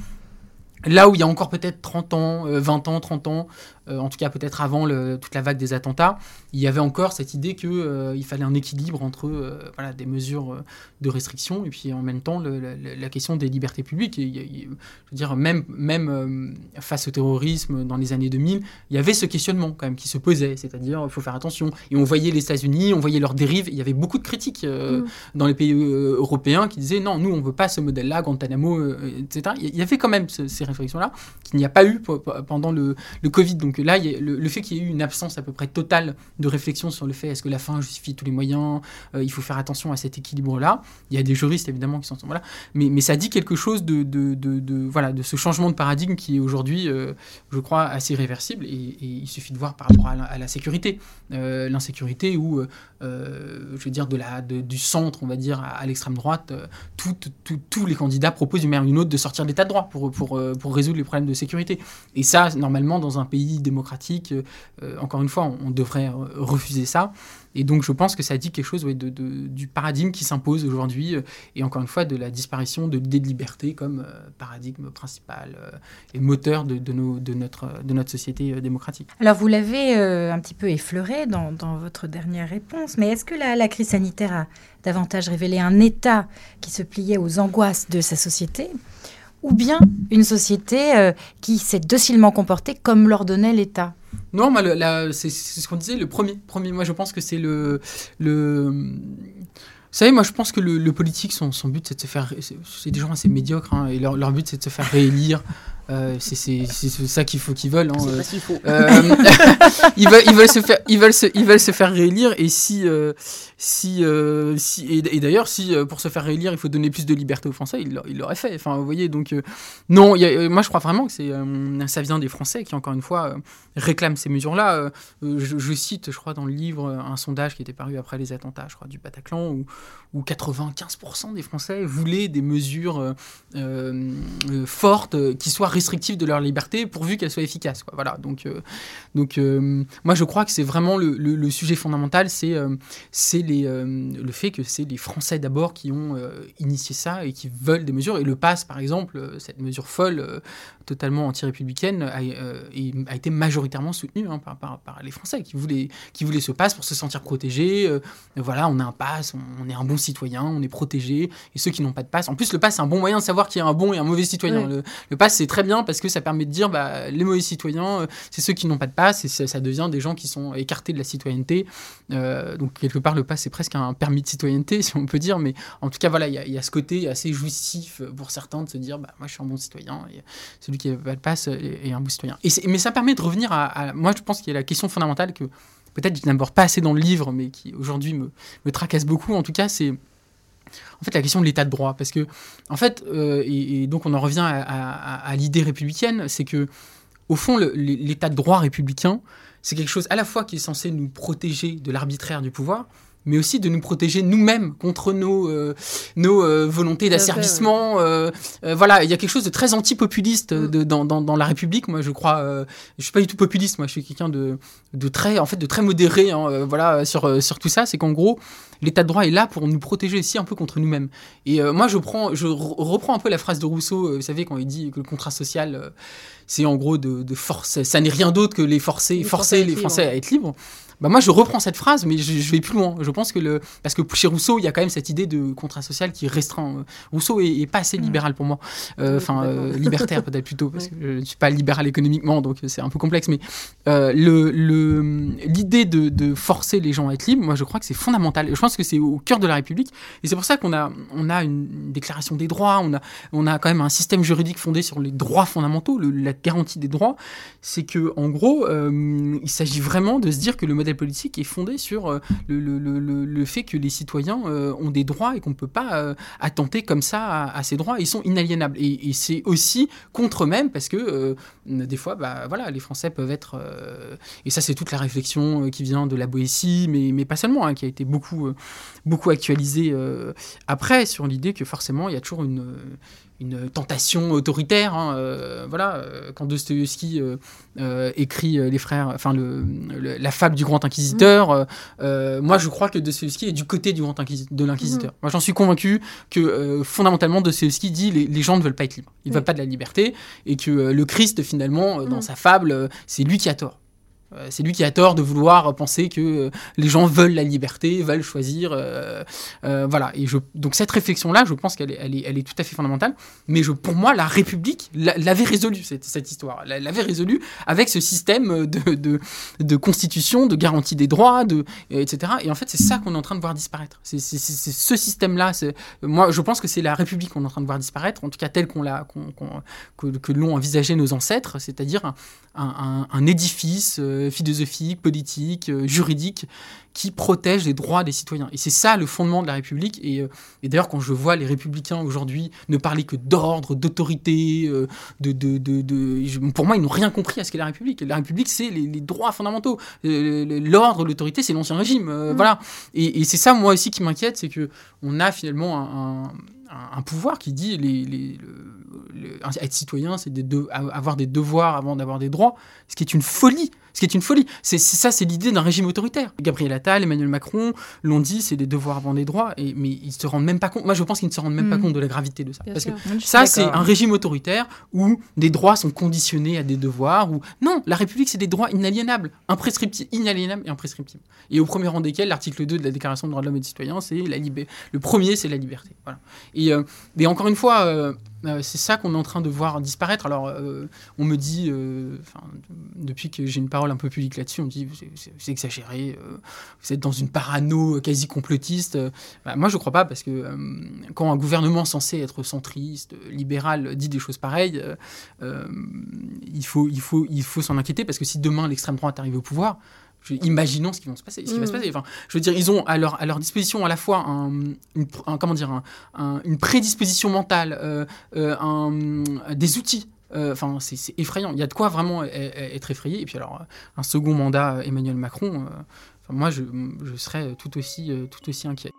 Là où il y a encore peut-être trente ans, euh, vingt ans, trente ans, euh, en tout cas peut-être avant le, toute la vague des attentats, il y avait encore cette idée qu'il euh, fallait un équilibre entre euh, voilà, des mesures euh, de restriction et puis en même temps le, la, la question des libertés publiques. Et, et, je veux dire, même, même euh, face au terrorisme dans les années deux mille, il y avait ce questionnement quand même qui se posait, c'est-à-dire il faut faire attention. Et on voyait les États-Unis, on voyait leurs dérives, il y avait beaucoup de critiques euh, mmh. dans les pays euh, européens qui disaient non, nous on ne veut pas ce modèle-là, Guantanamo, euh, et cetera. Il y avait quand même ce, ces réflexions-là qu'il n'y a pas eu p- p- pendant le, le Covid. Donc là, il y a le, le fait qu'il y ait eu une absence à peu près totale de réflexion sur le fait est-ce que la fin justifie tous les moyens, euh, il faut faire attention à cet équilibre-là. Il y a des juristes évidemment qui sont voilà, mais, mais ça dit quelque chose de, de, de, de, voilà, de ce changement de paradigme qui est aujourd'hui, euh, je crois, assez réversible. Et, et il suffit de voir par rapport à la, à la sécurité, euh, l'insécurité où, euh, je veux dire, de la, de, du centre, on va dire, à, à l'extrême droite, euh, tout, tout, tous les candidats proposent d'une manière ou d'une autre de sortir de l'état de droit pour, pour, pour, pour résoudre les problèmes de sécurité. Et ça, normalement, dans un pays démocratique, euh, encore une fois, on, on devrait refuser ça. Et donc, je pense que ça dit quelque chose ouais, de, de, du paradigme qui s'impose aujourd'hui, euh, et encore une fois, de la disparition de l'idée de liberté comme euh, paradigme principal euh, et moteur de, de, nos, de, notre, de notre société euh, démocratique. Alors, vous l'avez euh, un petit peu effleuré dans, dans votre dernière réponse, mais est-ce que la, la crise sanitaire a davantage révélé un État qui se pliait aux angoisses de sa société, ou bien une société euh, qui s'est docilement comportée comme l'ordonnait l'État ? Non, moi, le, la, c'est, c'est ce qu'on disait, le premier, premier. Moi, je pense que c'est le... le Vous savez, moi, je pense que le, le politique, son, son but, c'est de se faire... C'est, c'est des gens assez médiocres, hein, et leur, leur but, c'est de se faire réélire. Euh, c'est, c'est, c'est ça qu'il faut qu'ils veulent. Hein, c'est pas s'il faut. Euh, ils, veulent, ils, veulent se faire, ils, veulent se, ils veulent se faire réélire. Et, si, euh, si, euh, si, et, et d'ailleurs, si euh, pour se faire réélire, il faut donner plus de liberté aux Français, ils, ils l'auraient fait. Enfin, vous voyez, donc, euh, non, y a, euh, moi, je crois vraiment que c'est, euh, ça vient des Français qui, encore une fois, euh, réclament ces mesures-là. Euh, je, je cite, je crois, dans le livre, un sondage qui était paru après les attentats, je crois, du Bataclan, où, où quatre-vingt-quinze pour cent des Français voulaient des mesures euh, euh, fortes euh, qui soient restrictives de leur liberté pourvu qu'elles soient efficaces, quoi. Voilà. Donc, euh, donc euh, moi je crois que c'est vraiment le, le, le sujet fondamental, c'est, euh, c'est les, euh, le fait que c'est les Français d'abord qui ont euh, initié ça et qui veulent des mesures. Et le pass, par exemple, cette mesure folle, euh, totalement anti-républicaine, a, euh, a été majoritairement soutenue hein, par, par, par les Français qui voulaient, qui voulaient ce pass pour se sentir protégés. Euh, voilà, on a un pass, on, on est un bon citoyen, on est protégé. Et ceux qui n'ont pas de pass, en plus le pass c'est un bon moyen de savoir qu'il y a un bon et un mauvais citoyen. Oui. Le, le pass c'est très bien parce que ça permet de dire bah, les mauvais citoyens, euh, c'est ceux qui n'ont pas de pass et ça, ça devient des gens qui sont écartés de la citoyenneté. Euh, donc quelque part le pass c'est presque un permis de citoyenneté si on peut dire, mais en tout cas voilà, il y, y a ce côté assez jouissif pour certains de se dire bah, moi je suis un bon citoyen et celui qui n'a pas de pass est, est un bon citoyen. Et mais ça permet de revenir à, à moi je pense qu'il y a la question fondamentale que peut-être je n'aborde pas assez dans le livre mais qui aujourd'hui me, me tracasse beaucoup en tout cas, c'est en fait la question de l'état de droit, parce que en fait euh, et, et donc on en revient à, à, à l'idée républicaine, c'est que au fond le, l'état de droit républicain c'est quelque chose à la fois qui est censé nous protéger de l'arbitraire du pouvoir, mais aussi de nous protéger nous-mêmes contre nos, euh, nos euh, volontés d'asservissement. Ouais. Euh, euh, voilà, il y a quelque chose de très anti-populiste mm. de, dans, dans, dans la République. Moi, je crois, euh, je suis pas du tout populiste. Moi, je suis quelqu'un de, de très, en fait, de très modéré. Hein, euh, voilà, sur, euh, sur tout ça, c'est qu'en gros, l'état de droit est là pour nous protéger aussi un peu contre nous-mêmes. Et euh, moi, je prends, je re- reprends un peu la phrase de Rousseau. Euh, vous savez, quand il dit que le contrat social, euh, c'est en gros de, de force. Ça n'est rien d'autre que les forcer, les forcer les Français à être libres. Bah moi, je reprends cette phrase, mais je, je vais plus loin. Je pense que le... Parce que chez Rousseau, il y a quand même cette idée de contrat social qui restreint. Rousseau est, est pas assez libéral pour moi. Enfin, euh, euh, libertaire peut-être plutôt, parce que je ne suis pas libéral économiquement, donc c'est un peu complexe. Mais euh, le, le, l'idée de, de forcer les gens à être libres, moi, je crois que c'est fondamental. Je pense que c'est au cœur de la République. Et c'est pour ça qu'on a, on a une déclaration des droits, on a, on a quand même un système juridique fondé sur les droits fondamentaux, le, la garantie des droits. C'est qu'en gros, euh, il s'agit vraiment de se dire que le modèle modèle politique est fondé sur euh, le, le, le, le fait que les citoyens euh, ont des droits et qu'on ne peut pas euh, attenter comme ça à, à ces droits. Ils sont inaliénables. Et, et c'est aussi contre eux-mêmes parce que euh, des fois, bah, voilà, les Français peuvent être... Euh, et ça, c'est toute la réflexion euh, qui vient de la Boétie, mais, mais pas seulement, hein, qui a été beaucoup, euh, beaucoup actualisée euh, après sur l'idée que forcément, il y a toujours une... une tentation autoritaire. Hein, euh, voilà, euh, quand Dostoïevski euh, euh, écrit euh, les frères, enfin le, le, la fable du grand inquisiteur, mmh. euh, moi je crois que Dostoïevski est du côté du grand inquisi- de l'inquisiteur. Mmh. Moi j'en suis convaincu que euh, fondamentalement Dostoïevski dit les, les gens ne veulent pas être libres, ils ne mmh. veulent pas de la liberté, et que euh, le Christ finalement euh, dans mmh. sa fable, euh, c'est lui qui a tort. C'est lui qui a tort de vouloir penser que euh, les gens veulent la liberté, veulent choisir. Euh, euh, voilà. Et je, donc cette réflexion-là, je pense qu'elle est, elle est, elle est tout à fait fondamentale. Mais je, pour moi, la République la, l'avait résolue, cette, cette histoire. Elle l'avait résolue avec ce système de, de, de constitution, de garantie des droits, de, et cetera. Et en fait, c'est ça qu'on est en train de voir disparaître. C'est, c'est, c'est, c'est ce système-là. C'est, moi, je pense que c'est la République qu'on est en train de voir disparaître, en tout cas telle qu'on l'a, qu'on, qu'on, que, que l'ont envisagé nos ancêtres, c'est-à-dire un, un, un édifice euh, philosophique, politique, euh, juridique, qui protège les droits des citoyens. Et c'est ça le fondement de la République. Et, euh, et d'ailleurs, quand je vois les républicains aujourd'hui ne parler que d'ordre, d'autorité, euh, de, de, de, de, je, pour moi, ils n'ont rien compris à ce qu'est la République. La République, c'est les, les droits fondamentaux. Euh, l'ordre, l'autorité, c'est l'Ancien Régime. Euh, mmh. Voilà. Et, et c'est ça, moi aussi, qui m'inquiète, c'est qu'on a finalement un... un un pouvoir qui dit les, les, le, le, être citoyen, c'est des de, avoir des devoirs avant d'avoir des droits, ce qui est une folie. Ce qui est une folie. C'est, c'est ça, c'est l'idée d'un régime autoritaire. Gabriel Attal, Emmanuel Macron l'ont dit, c'est des devoirs avant des droits, et, mais ils ne se rendent même pas compte. Moi, je pense qu'ils ne se rendent même mmh. pas compte de la gravité de ça. Bien Parce sûr. que ça, c'est un régime autoritaire où des droits sont conditionnés à des devoirs. Où... Non, la République, c'est des droits inaliénables, imprescriptibles, inaliénables et imprescriptibles. Et au premier rang desquels, l'article deux de la Déclaration des droits de l'homme et du citoyen, c'est la libé... le premier, c'est la liberté. Voilà. Et, euh, et encore une fois... Euh, Euh, c'est ça qu'on est en train de voir disparaître. Alors, euh, on me dit, euh, depuis que j'ai une parole un peu publique là-dessus, on me dit, c'est, c'est, c'est exagéré, euh, vous êtes dans une parano quasi complotiste. Bah, moi, je ne crois pas, parce que euh, quand un gouvernement censé être centriste, libéral, dit des choses pareilles, euh, euh, il faut, il faut, il faut s'en inquiéter, parce que si demain l'extrême droite arrive au pouvoir, Je, imaginons ce qui, vont se passer, ce qui mmh. va se passer. Enfin, je veux dire, ils ont à leur, à leur disposition à la fois un, une, un, comment dire, un, un, une prédisposition mentale, euh, euh, un, des outils. Enfin, euh, c'est, c'est effrayant. Il y a de quoi vraiment être effrayé. Et puis alors, un second mandat Emmanuel Macron, euh, moi, je, je serais tout aussi, tout aussi inquiet.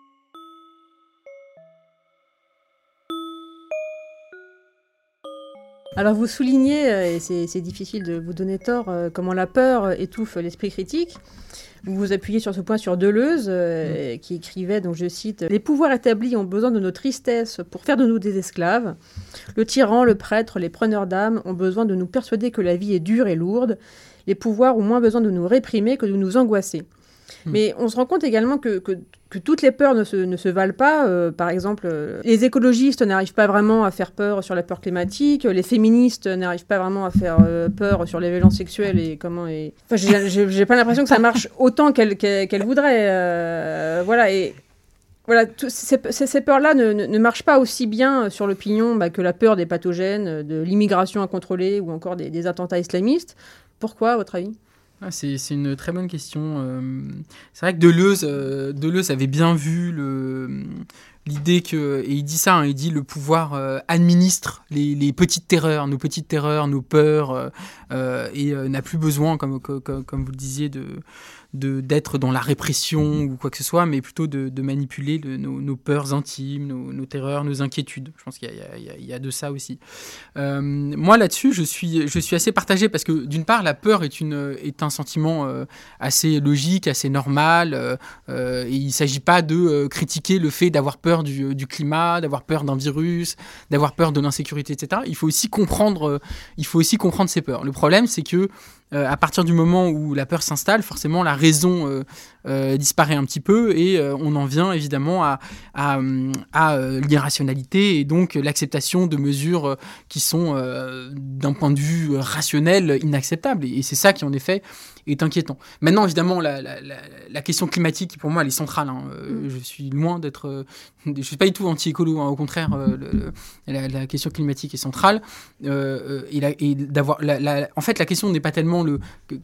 Alors vous soulignez, et c'est, c'est difficile de vous donner tort, euh, comment la peur étouffe l'esprit critique. Vous vous appuyez sur ce point sur Deleuze, euh, mmh. qui écrivait, donc je cite, « Les pouvoirs établis ont besoin de nos tristesses pour faire de nous des esclaves. Le tyran, le prêtre, les preneurs d'âme ont besoin de nous persuader que la vie est dure et lourde. Les pouvoirs ont moins besoin de nous réprimer que de nous angoisser. » Mais on se rend compte également que, que, que toutes les peurs ne se, ne se valent pas. Euh, par exemple, euh, les écologistes n'arrivent pas vraiment à faire peur sur la peur climatique, les féministes n'arrivent pas vraiment à faire euh, peur sur les violences sexuelles et comment... Et... Enfin, j'ai, j'ai, j'ai pas l'impression que ça marche autant qu'elles qu'elle, qu'elle voudraient. Euh, voilà, et... Voilà, tout, ces, ces, ces peurs-là ne, ne, ne marchent pas aussi bien sur l'opinion bah, que la peur des pathogènes, de l'immigration incontrôlée ou encore des, des attentats islamistes. Pourquoi, à votre avis ? Ah, c'est, c'est une très bonne question. Euh, c'est vrai que Deleuze, euh, Deleuze avait bien vu le, l'idée que, et il dit ça, hein, il dit le pouvoir euh, administre les, les petites terreurs, nos petites terreurs, nos peurs, euh, euh, et euh, n'a plus besoin, comme, comme, comme vous le disiez, de, de, d'être dans la répression ou quoi que ce soit, mais plutôt de, de manipuler le, nos, nos peurs intimes, nos, nos terreurs, nos inquiétudes. Je pense qu'il y a, il y a, il y a de ça aussi. Euh, moi, là-dessus, je suis, je suis assez partagé parce que, d'une part, la peur est, une, est un sentiment euh, assez logique, assez normal. Euh, euh, et il ne s'agit pas de euh, critiquer le fait d'avoir peur du, du climat, d'avoir peur d'un virus, d'avoir peur de l'insécurité, et cetera. Il faut aussi comprendre, euh, il faut aussi comprendre ces peurs. Le problème, c'est que Euh, à partir du moment où la peur s'installe, forcément la raison euh, euh, disparaît un petit peu et euh, on en vient évidemment à, à, à euh, l'irrationalité et donc l'acceptation de mesures euh, qui sont euh, d'un point de vue rationnel inacceptables. Et, et c'est ça qui en effet est inquiétant. Maintenant évidemment la, la, la, la question climatique pour moi elle est centrale. Hein. Euh, je suis loin d'être... Euh, je ne suis pas du tout anti-écolo, hein. Au contraire euh, le, la, la question climatique est centrale. Euh, et, la, et d'avoir... La, la, en fait la question n'est pas tellement Le, que,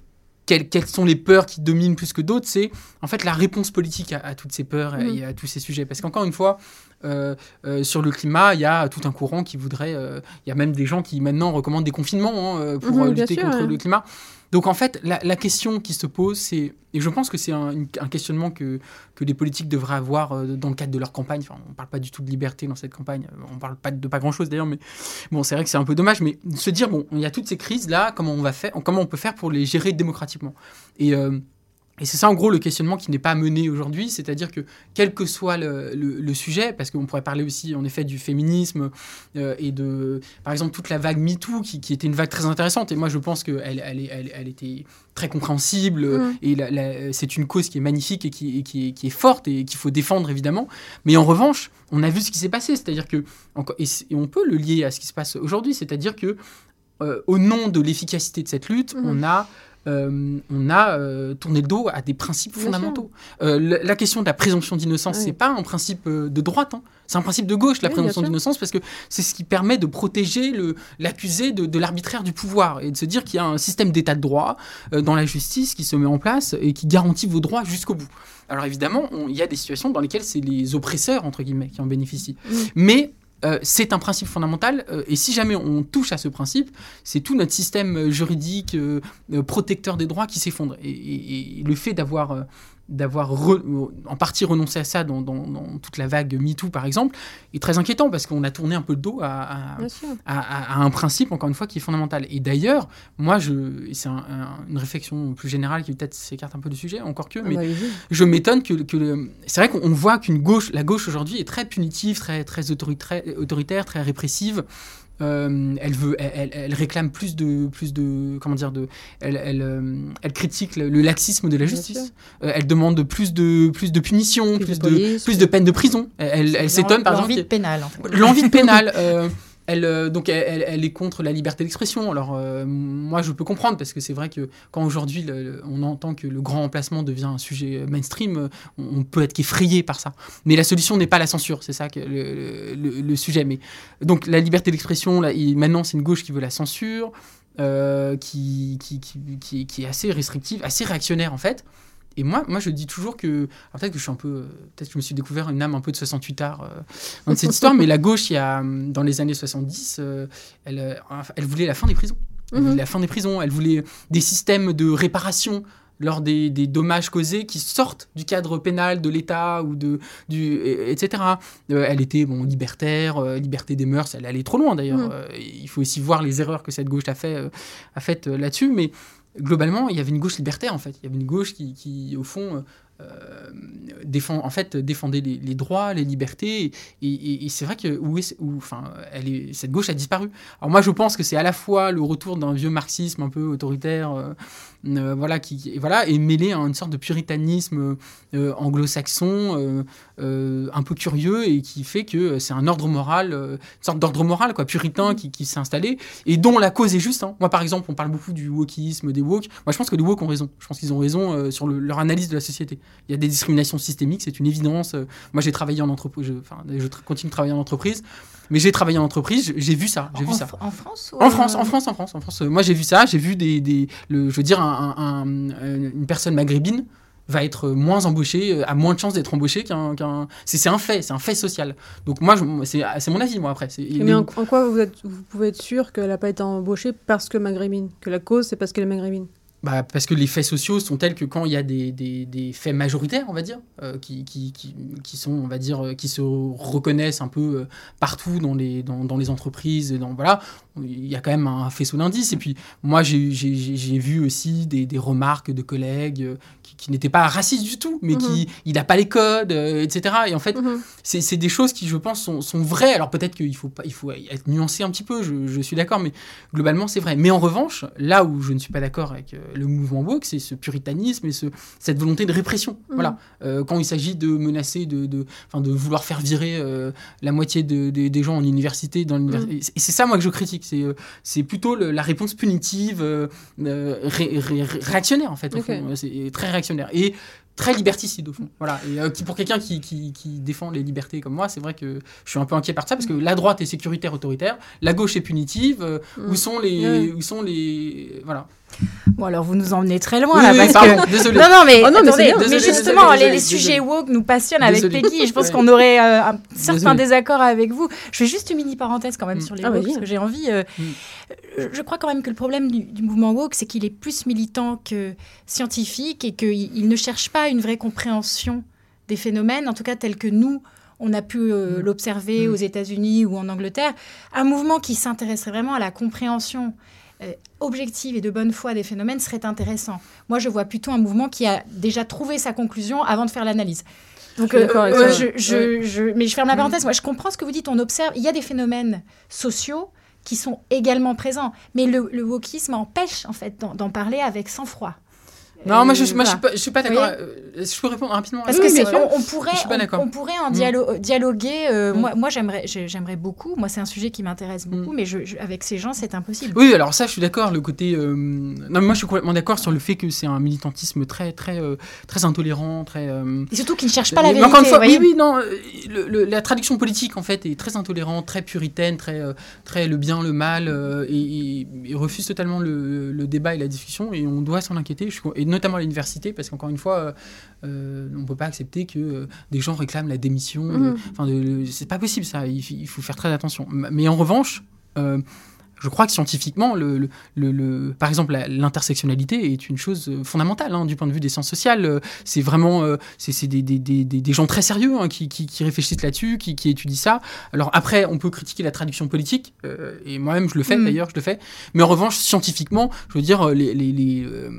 quelles, quelles sont les peurs qui dominent plus que d'autres, c'est en fait la réponse politique à, à toutes ces peurs Mmh. et, et à tous ces sujets. Parce qu'encore une fois, euh, euh, sur le climat, il y a tout un courant qui voudrait... Il euh, y a même des gens qui maintenant recommandent des confinements hein, pour Mmh, euh, bien lutter sûr, contre ouais. le climat. Donc en fait, la, la question qui se pose, c'est... Et je pense que c'est un, un questionnement que, que les politiques devraient avoir euh, dans le cadre de leur campagne. Enfin, on ne parle pas du tout de liberté dans cette campagne. On ne parle pas de, de pas grand-chose d'ailleurs, mais bon, c'est vrai que c'est un peu dommage. Mais de se dire, bon, il y a toutes ces crises-là, comment on va faire, comment on peut faire pour les gérer démocratiquement. Et... Euh, Et c'est ça, en gros, le questionnement qui n'est pas mené aujourd'hui, c'est-à-dire que, quel que soit le, le, le sujet, parce qu'on pourrait parler aussi, en effet, du féminisme euh, et de, par exemple, toute la vague MeToo, qui, qui était une vague très intéressante, et moi, je pense qu'elle elle, elle, elle était très compréhensible, mmh. et la, la, c'est une cause qui est magnifique et qui, et qui, est, qui est forte et qu'il faut défendre, évidemment. Mais en revanche, on a vu ce qui s'est passé, c'est-à-dire que, et, et on peut le lier à ce qui se passe aujourd'hui, c'est-à-dire que, euh, au nom de l'efficacité de cette lutte, mmh. on a... Euh, on a euh, tourné le dos à des principes Bien fondamentaux. Euh, la, la question de la présomption d'innocence, oui. c'est pas un principe euh, de droite, hein. C'est un principe de gauche, la oui, présomption d'innocence, parce que c'est ce qui permet de protéger le, l'accusé de, de l'arbitraire du pouvoir et de se dire qu'il y a un système d'état de droit euh, dans la justice qui se met en place et qui garantit vos droits jusqu'au bout. Alors évidemment, il y a des situations dans lesquelles c'est les oppresseurs, entre guillemets, qui en bénéficient. Oui. Mais Euh, c'est un principe fondamental euh, et si jamais on touche à ce principe, c'est tout notre système juridique euh, euh, protecteur des droits qui s'effondre. Et, et, et le fait d'avoir, euh, d'avoir re, en partie renoncé à ça dans, dans, dans toute la vague MeToo, par exemple, est très inquiétant parce qu'on a tourné un peu le dos à, à, à, à, à un principe, encore une fois, qui est fondamental. Et d'ailleurs, moi, je, c'est un, un, une réflexion plus générale qui peut-être s'écarte un peu du sujet, encore que, mais ah bah, je m'étonne que, que le, c'est vrai qu'on voit qu'une gauche, la gauche aujourd'hui est très punitive, très, très autoritaire, autoritaire, très répressive. Euh, elle veut, elle, elle, elle réclame plus de, plus de, comment dire, de, elle, elle, euh, elle critique le, le laxisme de la justice. Euh, elle demande plus de, plus de punitions, plus, plus de, de police, plus de peines de prison. Elle, elle, elle s'étonne par exemple. L'envie de pénal. En fait. L'envie de pénal. Euh, Elle, euh, donc elle, elle, elle est contre la liberté d'expression. Alors euh, moi je peux comprendre parce que c'est vrai que quand aujourd'hui le, le, on entend que le grand emplacement devient un sujet mainstream, on, on peut être qu'effrayé par ça. Mais la solution n'est pas la censure, c'est ça que le, le, le sujet. Mais donc la liberté d'expression, là, il, maintenant c'est une gauche qui veut la censure, euh, qui, qui, qui, qui, qui est assez restrictive, assez réactionnaire en fait. Et moi, moi, je dis toujours que... Peut-être que je suis un peu... Peut-être que je me suis découvert une âme un peu de soixante-huit arts euh, dans cette histoire, mais la gauche, il y a, dans les années soixante-dix, euh, elle, elle voulait la fin des prisons. Elle voulait mm-hmm. la fin des prisons. Elle voulait des systèmes de réparation lors des, des dommages causés qui sortent du cadre pénal de l'État, ou de, du, et cetera. Euh, elle était bon, libertaire, euh, liberté des mœurs, elle allait trop loin d'ailleurs. Mm. Euh, il faut aussi voir les erreurs que cette gauche a, fait, euh, a faites euh, là-dessus, mais... Globalement, il y avait une gauche libertaire, en fait. Il y avait une gauche qui, qui au fond, euh, défend, en fait, défendait les, les droits, les libertés. Et, et, et c'est vrai que où est, où, enfin, elle est, cette gauche a disparu. Alors moi, je pense que c'est à la fois le retour d'un vieux marxisme un peu autoritaire, euh, euh, voilà, qui, et, voilà, et mêlé à une sorte de puritanisme euh, anglo-saxon, euh, euh, un peu curieux, et qui fait que c'est un ordre moral, euh, une sorte d'ordre moral, quoi, puritain, qui, qui s'est installé, et dont la cause est juste. Hein. Moi, par exemple, on parle beaucoup du wokisme, des woke. Moi, je pense que les woke ont raison. Je pense qu'ils ont raison euh, sur le, leur analyse de la société. Il y a des discriminations systémiques, c'est une évidence. Euh, moi, j'ai travaillé en entreprise, je, enfin, je tra- continue de travailler en entreprise, mais j'ai travaillé en entreprise, j'ai vu ça. J'ai en, vu ça. En France ou en France, en France, en France, en France. Moi, j'ai vu ça. J'ai vu des, des le, je veux dire, un, un, un, une personne maghrébine va être moins embauchée, a moins de chances d'être embauchée qu'un... qu'un... C'est, c'est un fait, c'est un fait social. Donc moi, je, c'est, c'est mon avis, moi, après. C'est, mais les... en, en quoi vous, êtes, vous pouvez être sûr qu'elle n'a pas été embauchée parce que maghrébine ? Que la cause, c'est parce qu'elle est maghrébine ? Bah, parce que les faits sociaux sont tels que quand il y a des, des, des faits majoritaires, on va dire, euh, qui, qui, qui, qui sont, on va dire, qui se reconnaissent un peu euh, partout dans les, dans, dans les entreprises, dans, voilà, il y a quand même un faisceau d'indices. Et puis, moi, j'ai, j'ai, j'ai vu aussi des, des remarques de collègues euh, qui, qui n'étaient pas racistes du tout, mais mmh. qui, il n'a pas les codes, euh, et cetera. Et en fait, mmh. c'est, c'est des choses qui, je pense, sont, sont vraies. Alors peut-être qu'il faut, pas, il faut être nuancé un petit peu, je, je suis d'accord, mais globalement, c'est vrai. Mais en revanche, là où je ne suis pas d'accord avec euh, le mouvement woke, c'est ce puritanisme et ce, cette volonté de répression. Mmh. Voilà. Euh, quand il s'agit de menacer, de, de, de vouloir faire virer euh, la moitié de, de, des gens en université, dans l'université. Mmh. Et c'est ça, moi, que je critique. C'est, euh, c'est plutôt le, la réponse punitive, euh, ré, ré, réactionnaire, en fait. Au okay. fond. C'est très réactionnaire. Et très liberticide, au fond. Voilà. Et euh, qui, pour quelqu'un qui, qui, qui défend les libertés comme moi, c'est vrai que je suis un peu inquiet par ça, parce que la droite est sécuritaire, autoritaire, la gauche est punitive. Euh, mmh. Où sont les... Mmh. Où sont les... Voilà. Bon, alors vous nous emmenez très loin Oui, là, oui, parce pardon, que... désolé. Non, non, mais, Oh non, mais attendez, c'est bien. mais Désolé, justement, désolé, les, désolé, les sujets désolé. woke nous passionnent avec Désolé. Peggy, et je pense Ouais. qu'on aurait euh, un certain Désolé. désaccord avec vous. Je fais juste une mini-parenthèse quand même Mm. sur les Ah, woke, vas-y. parce que j'ai envie... euh, Mm. euh, Je crois quand même que le problème du, du mouvement woke, c'est qu'il est plus militant que scientifique, et qu'il il ne cherche pas une vraie compréhension des phénomènes, en tout cas tels que nous, on a pu euh, Mm. l'observer Mm. aux États-Unis ou en Angleterre. Un mouvement qui s'intéresserait vraiment à la compréhension euh, objective et de bonne foi des phénomènes serait intéressant. Moi, je vois plutôt un mouvement qui a déjà trouvé sa conclusion avant de faire l'analyse. Donc, Je suis d'accord avec euh, ça. je, je, Ouais. je, mais je ferme la Mm. parenthèse. Moi, je comprends ce que vous dites. On observe, il y a des phénomènes sociaux qui sont également présents, mais le, le wokisme empêche en fait d'en, d'en parler avec sang-froid. Non, moi je, Euh, moi, je voilà. suis pas, je suis pas d'accord. Vous Euh, Je peux répondre rapidement. Parce Oui, que oui, c'est, bien sûr. on, on pourrait, Je suis pas on, d'accord. on pourrait en Mm. dialo- dialoguer. euh, Mm. Moi, moi j'aimerais, j'ai- j'aimerais beaucoup. Moi, c'est un sujet qui m'intéresse beaucoup, Mm. mais je, je- avec ces gens, c'est impossible. Oui, alors ça, je suis d'accord. Le côté, euh, non, mais moi, je suis complètement d'accord sur le fait que c'est un militantisme très, très, euh, très intolérant, très. euh, Et surtout qu'ils ne cherchent pas la mais vérité. encore une fois, vous oui, voyez. oui, non. euh, le- le- la traduction politique, en fait, est très intolérante, très puritaine, très, euh, très le bien, le mal, euh, et, et- et refuse totalement le, le débat et la discussion. Et on doit s'en inquiéter, je suis- et notamment à l'université, parce qu'encore une fois, euh, euh, on ne peut pas accepter que euh, des gens réclament la démission. Mhm. de- Enfin, de, le- c'est pas possible ça. Il, f- il faut faire très attention. Mais en revanche. euh, Je crois que scientifiquement, le, le, le, le- par exemple, la- l'intersectionnalité est une chose euh, fondamentale hein, du point de vue des sciences sociales. Euh, C'est vraiment euh, c'est, c'est des, des, des, des gens très sérieux hein, qui, qui, qui réfléchissent là-dessus, qui, qui étudient ça. Alors après, on peut critiquer la traduction politique, euh, et moi-même je le fais Mm. d'ailleurs, je le fais. Mais en revanche, scientifiquement, je veux dire, les, les, les, euh,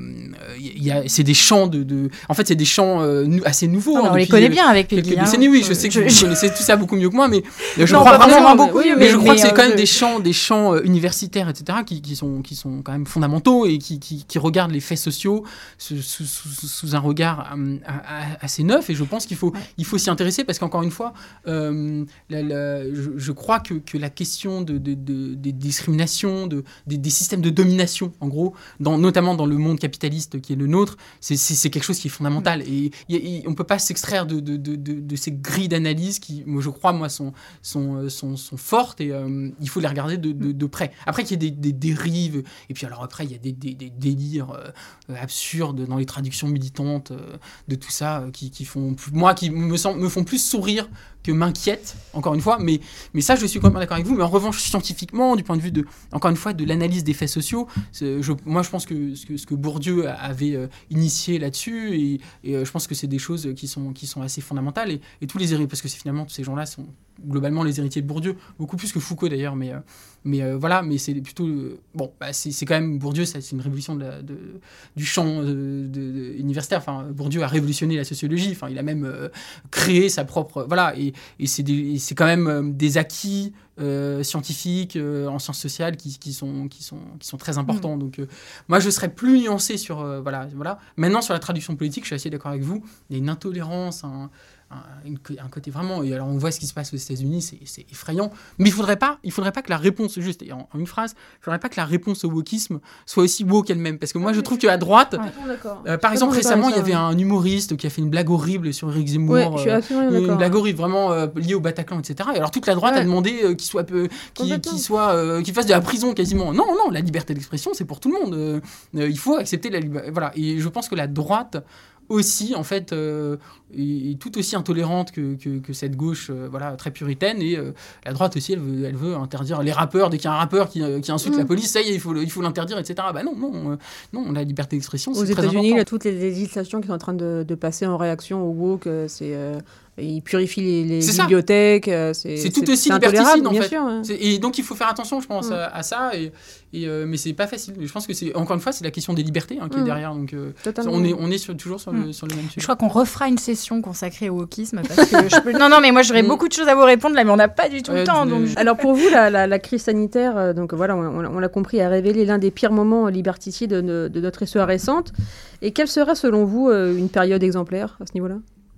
y a, c'est des champs de, de... En fait, c'est des champs euh, nou- assez nouveaux. Non, mais hein, on les depuis, connaît euh, bien avec quelques Peggy. hein. décennies. Oui, je sais que Je- vous je- connaissez tout ça beaucoup mieux que moi, mais euh, je Non, crois pas vraiment forcément beaucoup oui, mieux, mais, je crois que c'est euh, quand même je- des champs, des champs euh, universitaires, et cetera, qui, qui, sont, qui sont quand même fondamentaux et qui, qui, qui regardent les faits sociaux sous, sous, sous- sous un regard euh, a- a- assez neuf. Et je pense qu'il faut, Ouais. il faut s'y intéresser parce qu'encore une fois, euh, la- la- je, je crois que, que la question de, de, de- des discriminations, de, des, des systèmes de domination, en gros, dans, notamment dans le monde capitaliste qui est le nôtre, c'est, c'est, c'est quelque chose qui est fondamental. Et, et- et on ne peut pas s'extraire de, de, de, de, de ces grilles d'analyse qui, moi, je crois, moi, sont, sont, euh, sont, sont fortes et euh, il faut les regarder de, de, de près. Après qu'il y ait des, des dérives, et puis alors après, il y a des, des, des délires euh, absurdes dans les traductions militantes euh, de tout ça, euh, qui, qui font, moi, qui me, semble, me font plus sourire que m'inquiètent, encore une fois. Mais, mais ça, je suis complètement d'accord avec vous. Mais en revanche, scientifiquement, du point de vue, de, encore une fois, de l'analyse des faits sociaux, c'est, je, moi, je pense que ce, que ce que Bourdieu avait euh, initié là-dessus, et, et euh, je pense que c'est des choses qui sont, qui sont assez fondamentales. Et, et tous les héritiers, parce que c'est, finalement, tous ces gens-là sont globalement les héritiers de Bourdieu, beaucoup plus que Foucault d'ailleurs, mais, euh, mais euh, voilà, mais c'est plutôt... euh, bon, bah, c'est, c'est quand même... Bourdieu, ça, c'est une révolution de la, de, du champ euh, de, de, universitaire. Enfin, Bourdieu a révolutionné la sociologie, enfin, il a même euh, créé sa propre... Voilà, et, et, c'est, des, et c'est quand même euh, des acquis euh, scientifiques euh, en sciences sociales qui, qui, sont, qui, sont, qui sont très importants. Mmh. Donc, euh, moi, je serais plus nuancé sur... Euh, voilà, voilà. Maintenant, sur la traduction politique, je suis assez d'accord avec vous. Il y a une intolérance, un... Un, un côté vraiment, et alors on voit ce qui se passe aux États-Unis, c'est, c'est effrayant, mais il faudrait pas, il faudrait pas que la réponse, juste en, en une phrase, il faudrait pas que la réponse au wokisme soit aussi woke elle-même, parce que moi je trouve qu'à droite, Ouais. euh, par exemple récemment il y avait un humoriste qui a fait une blague horrible sur Éric Zemmour, ouais, je suis absolument euh, d'accord. une blague horrible vraiment euh, liée au Bataclan, et cetera. Et alors toute la droite ouais. a demandé euh, qu'il soit, euh, qu'il, qu'il soit, euh, qu'il fasse de la prison quasiment. Non, non, la liberté d'expression c'est pour tout le monde. Euh, euh, il faut accepter la liberté. Voilà. Et je pense que la droite aussi, en fait, euh, est, est tout aussi intolérante que, que, que cette gauche euh, voilà, très puritaine. Et euh, la droite aussi, elle veut, elle veut interdire les rappeurs. Dès qu'il y a un rappeur qui, euh, qui insulte mmh. la police, ça y est, il faut, il faut l'interdire, et cetera. Bah non, non, euh, non la liberté d'expression, c'est Aux très important. États-Unis, il y a toutes les législations qui sont en train de, de passer en réaction au woke. Euh, c'est... Euh... Ils purifient les, les bibliothèques. C'est, c'est, c'est tout aussi liberticide, en fait. Sûr, hein. Et donc, il faut faire attention, je pense, mmh. à, à ça. Et, et, euh, mais c'est pas facile. Je pense que, c'est, encore une fois, c'est la question des libertés hein, qui mmh. est derrière. Donc, euh, on est, on est sur, toujours sur, mmh. le, sur le même sujet. Je crois qu'on refera une session consacrée au wokisme. Parce que je peux... Non, non, mais moi, j'aurais mmh. beaucoup de choses à vous répondre, là, mais on n'a pas du tout ouais, le temps. Donc... Alors, pour vous, la, la, la crise sanitaire, euh, donc, voilà, on, on l'a compris, a révélé l'un des pires moments liberticides de, de, de notre histoire récente. Et quelle serait, selon vous, euh, une période exemplaire à ce niveau-là ?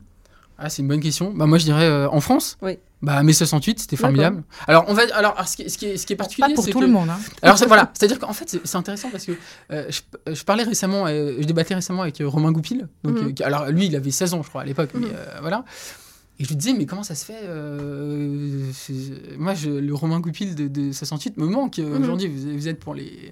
Ah, c'est une bonne question. Bah, moi, je dirais euh, en France. Oui. Bah, mai soixante-huit, c'était formidable. D'accord. Alors, on va. Alors, alors ce, qui, ce, qui est, ce qui est particulier, pas pour c'est tout que... le monde. Hein. Alors, c'est, voilà. C'est-à-dire qu'en fait, c'est, c'est intéressant parce que euh, je, je parlais récemment, euh, je débattais récemment avec euh, Romain Goupil. Donc, mm-hmm. euh, alors, lui, il avait seize ans, je crois, à l'époque. Mm-hmm. Mais euh, voilà. Et je lui disais, mais comment ça se fait euh, Moi, je, le Romain Goupil de, de soixante-huit me manque. Mm-hmm. Aujourd'hui, vous, vous êtes pour les.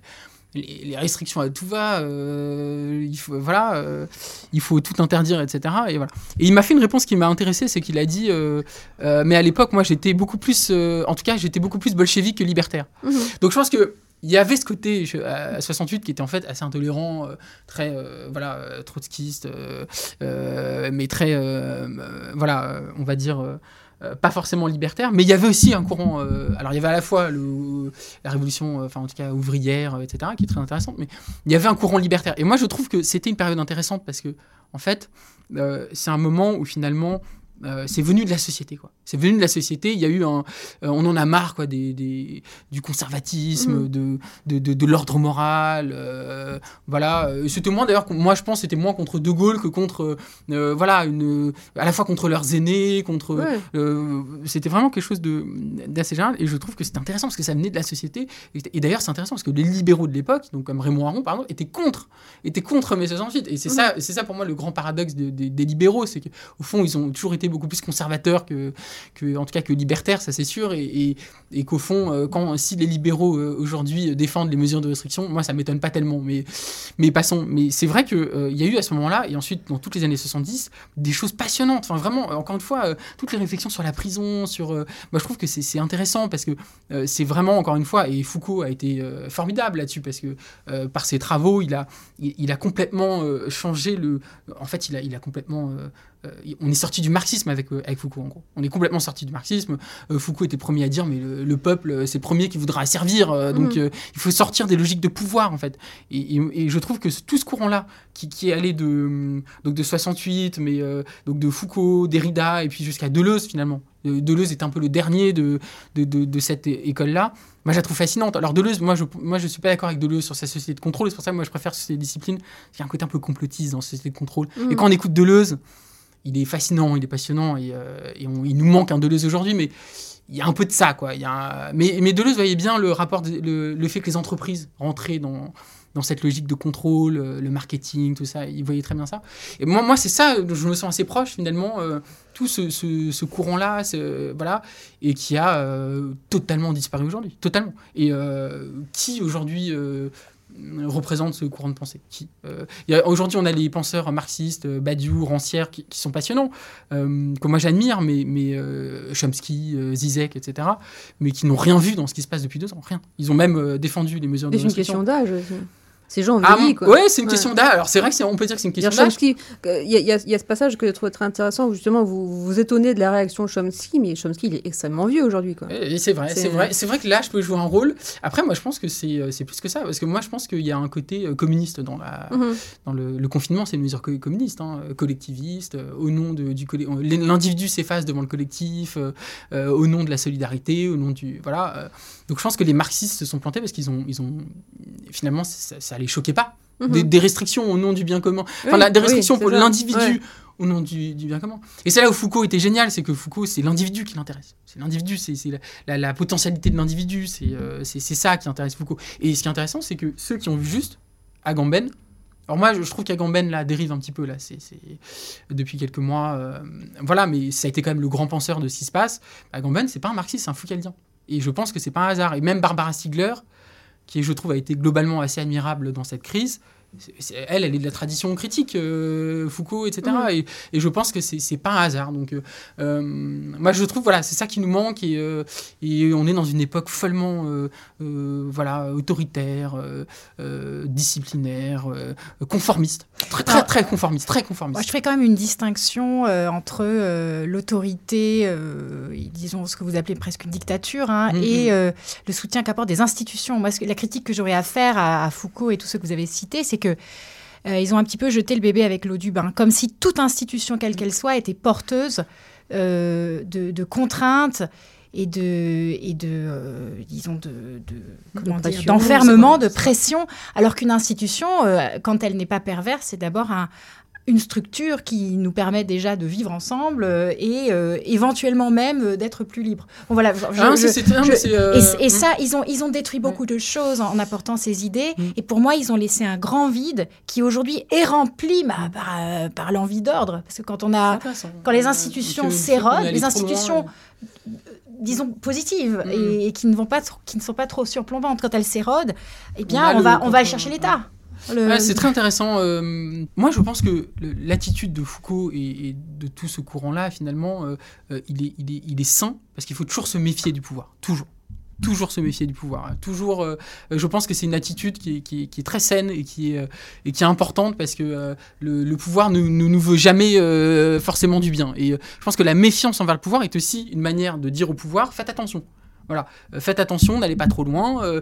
les, les restrictions à tout va, euh, il faut, voilà, euh, il faut tout interdire, et cetera. Et, voilà. Et il m'a fait une réponse qui m'a intéressé, c'est qu'il a dit, euh, euh, mais à l'époque, moi, j'étais beaucoup plus, euh, en tout cas, j'étais beaucoup plus bolchevique que libertaire. Mmh. Donc, je pense que il y avait ce côté à soixante-huit qui était en fait assez intolérant, euh, très euh, voilà, euh, trotskiste, euh, euh, mais très, euh, euh, voilà, on va dire, euh, pas forcément libertaire. Mais il y avait aussi un courant, euh, alors il y avait à la fois le, la révolution, enfin en tout cas ouvrière, et cetera, qui est très intéressante, mais il y avait un courant libertaire. Et moi je trouve que c'était une période intéressante parce que, en fait, euh, c'est un moment où finalement, Euh, c'est venu de la société, quoi. C'est venu de la société. Il y a eu un, euh, on en a marre, quoi, des, des, du conservatisme, mmh. de, de, de, de l'ordre moral. Euh, voilà. C'était moins, d'ailleurs, moi je pense, c'était moins contre De Gaulle que contre, euh, voilà, une, à la fois contre leurs aînés, contre. Ouais. Euh, c'était vraiment quelque chose de d'assez général. Et je trouve que c'était intéressant parce que ça venait de la société. Et, et d'ailleurs, c'est intéressant parce que les libéraux de l'époque, donc comme Raymond Aron, par exemple, étaient contre, étaient contre mai soixante-huit. Et c'est mmh. ça, c'est ça pour moi le grand paradoxe de, de, des libéraux, c'est qu'au fond, ils ont toujours été beaucoup plus conservateurs que, que, en tout cas que libertaires, ça c'est sûr, et, et, et qu'au fond, euh, quand, si les libéraux euh, aujourd'hui défendent les mesures de restriction, moi ça m'étonne pas tellement, mais, mais passons. Mais c'est vrai qu'il euh, y a eu à ce moment-là, et ensuite dans toutes les années soixante-dix, des choses passionnantes, enfin vraiment, encore une fois, euh, toutes les réflexions sur la prison, sur, euh, moi je trouve que c'est, c'est intéressant, parce que euh, c'est vraiment, encore une fois, et Foucault a été euh, formidable là-dessus, parce que euh, par ses travaux, il a, il, il a complètement euh, changé le... En fait, il a, il a complètement... Euh, Euh, on est sorti du marxisme avec, euh, avec Foucault, en gros. On est complètement sorti du marxisme. Euh, Foucault était premier à dire, mais le, le peuple, c'est le premier qui voudra servir. Euh, donc, mmh. euh, il faut sortir des logiques de pouvoir, en fait. Et, et, et je trouve que tout ce courant-là, qui, qui est allé de, donc de soixante-huit, mais euh, donc de Foucault, Derrida, et puis jusqu'à Deleuze, finalement. Deleuze est un peu le dernier de, de, de, de cette école-là. Moi, je la trouve fascinante. Alors, Deleuze, moi, je moi, je suis pas d'accord avec Deleuze sur sa société de contrôle. C'est pour ça que moi, je préfère ces disciplines. Il y a un côté un peu complotiste dans la société de contrôle. Mmh. Et quand on écoute Deleuze, il est fascinant, il est passionnant, et, euh, et on, il nous manque un Deleuze aujourd'hui, mais il y a un peu de ça, quoi. Il y a un... mais, mais Deleuze voyait bien le rapport, de, le, le fait que les entreprises rentraient dans, dans cette logique de contrôle, le marketing, tout ça, il voyait très bien ça. Et moi, moi c'est ça, je me sens assez proche, finalement, euh, tout ce, ce, ce courant-là, ce, voilà, et qui a euh, totalement disparu aujourd'hui, totalement. Et euh, qui, aujourd'hui... Euh, représente ce courant de pensée. Qui, euh, y a, aujourd'hui, on a les penseurs marxistes, euh, Badiou, Rancière, qui, qui sont passionnants, euh, que moi j'admire, mais, mais euh, Chomsky, euh, Zizek, et cetera, mais qui n'ont rien vu dans ce qui se passe depuis deux ans, rien. Ils ont même euh, défendu les mesures de restriction. C'est une question d'âge aussi. Ces gens vieillis, ah, quoi. Ouais, c'est une ouais. question d'âge. Alors, c'est vrai qu'on peut dire que c'est une question d'âge. Il y, y, y a ce passage que je trouve très intéressant où, justement, vous vous étonnez de la réaction de Chomsky, mais Chomsky, il est extrêmement vieux aujourd'hui, quoi. Et c'est vrai, c'est, c'est vrai. C'est vrai que l'âge peut jouer un rôle. Après, moi, je pense que c'est, c'est plus que ça. Parce que moi, je pense qu'il y a un côté communiste dans, la, mm-hmm. dans le, le confinement. C'est une mesure communiste, hein, collectiviste, euh, au nom de, du... L'individu s'efface devant le collectif, euh, euh, au nom de la solidarité, au nom du... Voilà. Euh, donc, je pense que les marxistes se sont plantés parce qu'ils ont... Ils ont finalement, ça, ça les choquait pas. Mmh. Des, des restrictions au nom du bien commun. Enfin, oui, la, des restrictions oui, pour ça. L'individu ouais. au nom du, du bien commun. Et c'est là où Foucault était génial, c'est que Foucault, c'est l'individu qui l'intéresse. C'est l'individu, c'est, c'est la, la, la potentialité de l'individu, c'est, euh, c'est, c'est ça qui intéresse Foucault. Et ce qui est intéressant, c'est que ceux qui ont vu juste Agamben, alors moi, je, je trouve qu'Agamben, là, dérive un petit peu, là, c'est, c'est depuis quelques mois, euh, voilà, mais ça a été quand même le grand penseur de ce qui se passe. Agamben, c'est pas un marxiste, c'est un Foucaldien. Et je pense que c'est pas un hasard. Et même Barbara Stiegler, qui, je trouve, a été globalement assez admirable dans cette crise. C'est, c'est, elle, elle est de la tradition critique, euh, Foucault, et cetera. Mmh. Et, et je pense que c'est, c'est pas un hasard. Donc, euh, moi, je trouve, voilà, c'est ça qui nous manque. Et, euh, et on est dans une époque follement, euh, euh, voilà, autoritaire, euh, euh, disciplinaire, euh, conformiste. Très, très, très conformiste, très conformiste. Moi, je fais quand même une distinction euh, entre euh, l'autorité, euh, disons ce que vous appelez presque une dictature, hein, mmh. et euh, le soutien qu'apportent des institutions. Moi, la critique que j'aurais à faire à, à Foucault et tous ceux que vous avez cités, c'est que euh, ils ont un petit peu jeté le bébé avec l'eau du bain, comme si toute institution, quelle qu'elle soit, était porteuse euh, de, de contraintes et de, et de euh, disons, de, de, comment de dire, pression, d'enfermement, de pression, alors qu'une institution, euh, quand elle n'est pas perverse, c'est d'abord un, une structure qui nous permet déjà de vivre ensemble euh, et euh, éventuellement même euh, d'être plus libre. Bon, voilà, je, ah, je, c'est, c'est, je, c'est, euh... et, et ça, ils ont, ils ont détruit beaucoup de choses en, en apportant ces idées. Mm. Et pour moi, ils ont laissé un grand vide qui aujourd'hui est rempli bah, par, euh, par l'envie d'ordre. Parce que quand, on a, quand les institutions euh, s'érodent, les institutions... disons, positives Mmh. et, et qui ne vont pas, trop- qui ne sont pas trop surplombantes. Quand elles s'érodent, eh bien, on, on va, on va aller chercher l'État. Le... Ouais, c'est très intéressant. Euh, moi, je pense que le, l'attitude de Foucault et, et de tout ce courant-là, finalement, euh, euh, il, est, il, est, il est sain parce qu'il faut toujours se méfier du pouvoir. Toujours. Toujours se méfier du pouvoir. Toujours, euh, je pense que c'est une attitude qui est, qui est, qui est très saine et qui est, euh, et qui est importante parce que euh, le, le pouvoir ne, ne nous veut jamais euh, forcément du bien. Et euh, je pense que la méfiance envers le pouvoir est aussi une manière de dire au pouvoir, faites attention. Voilà, euh, faites attention, n'allez pas trop loin, euh,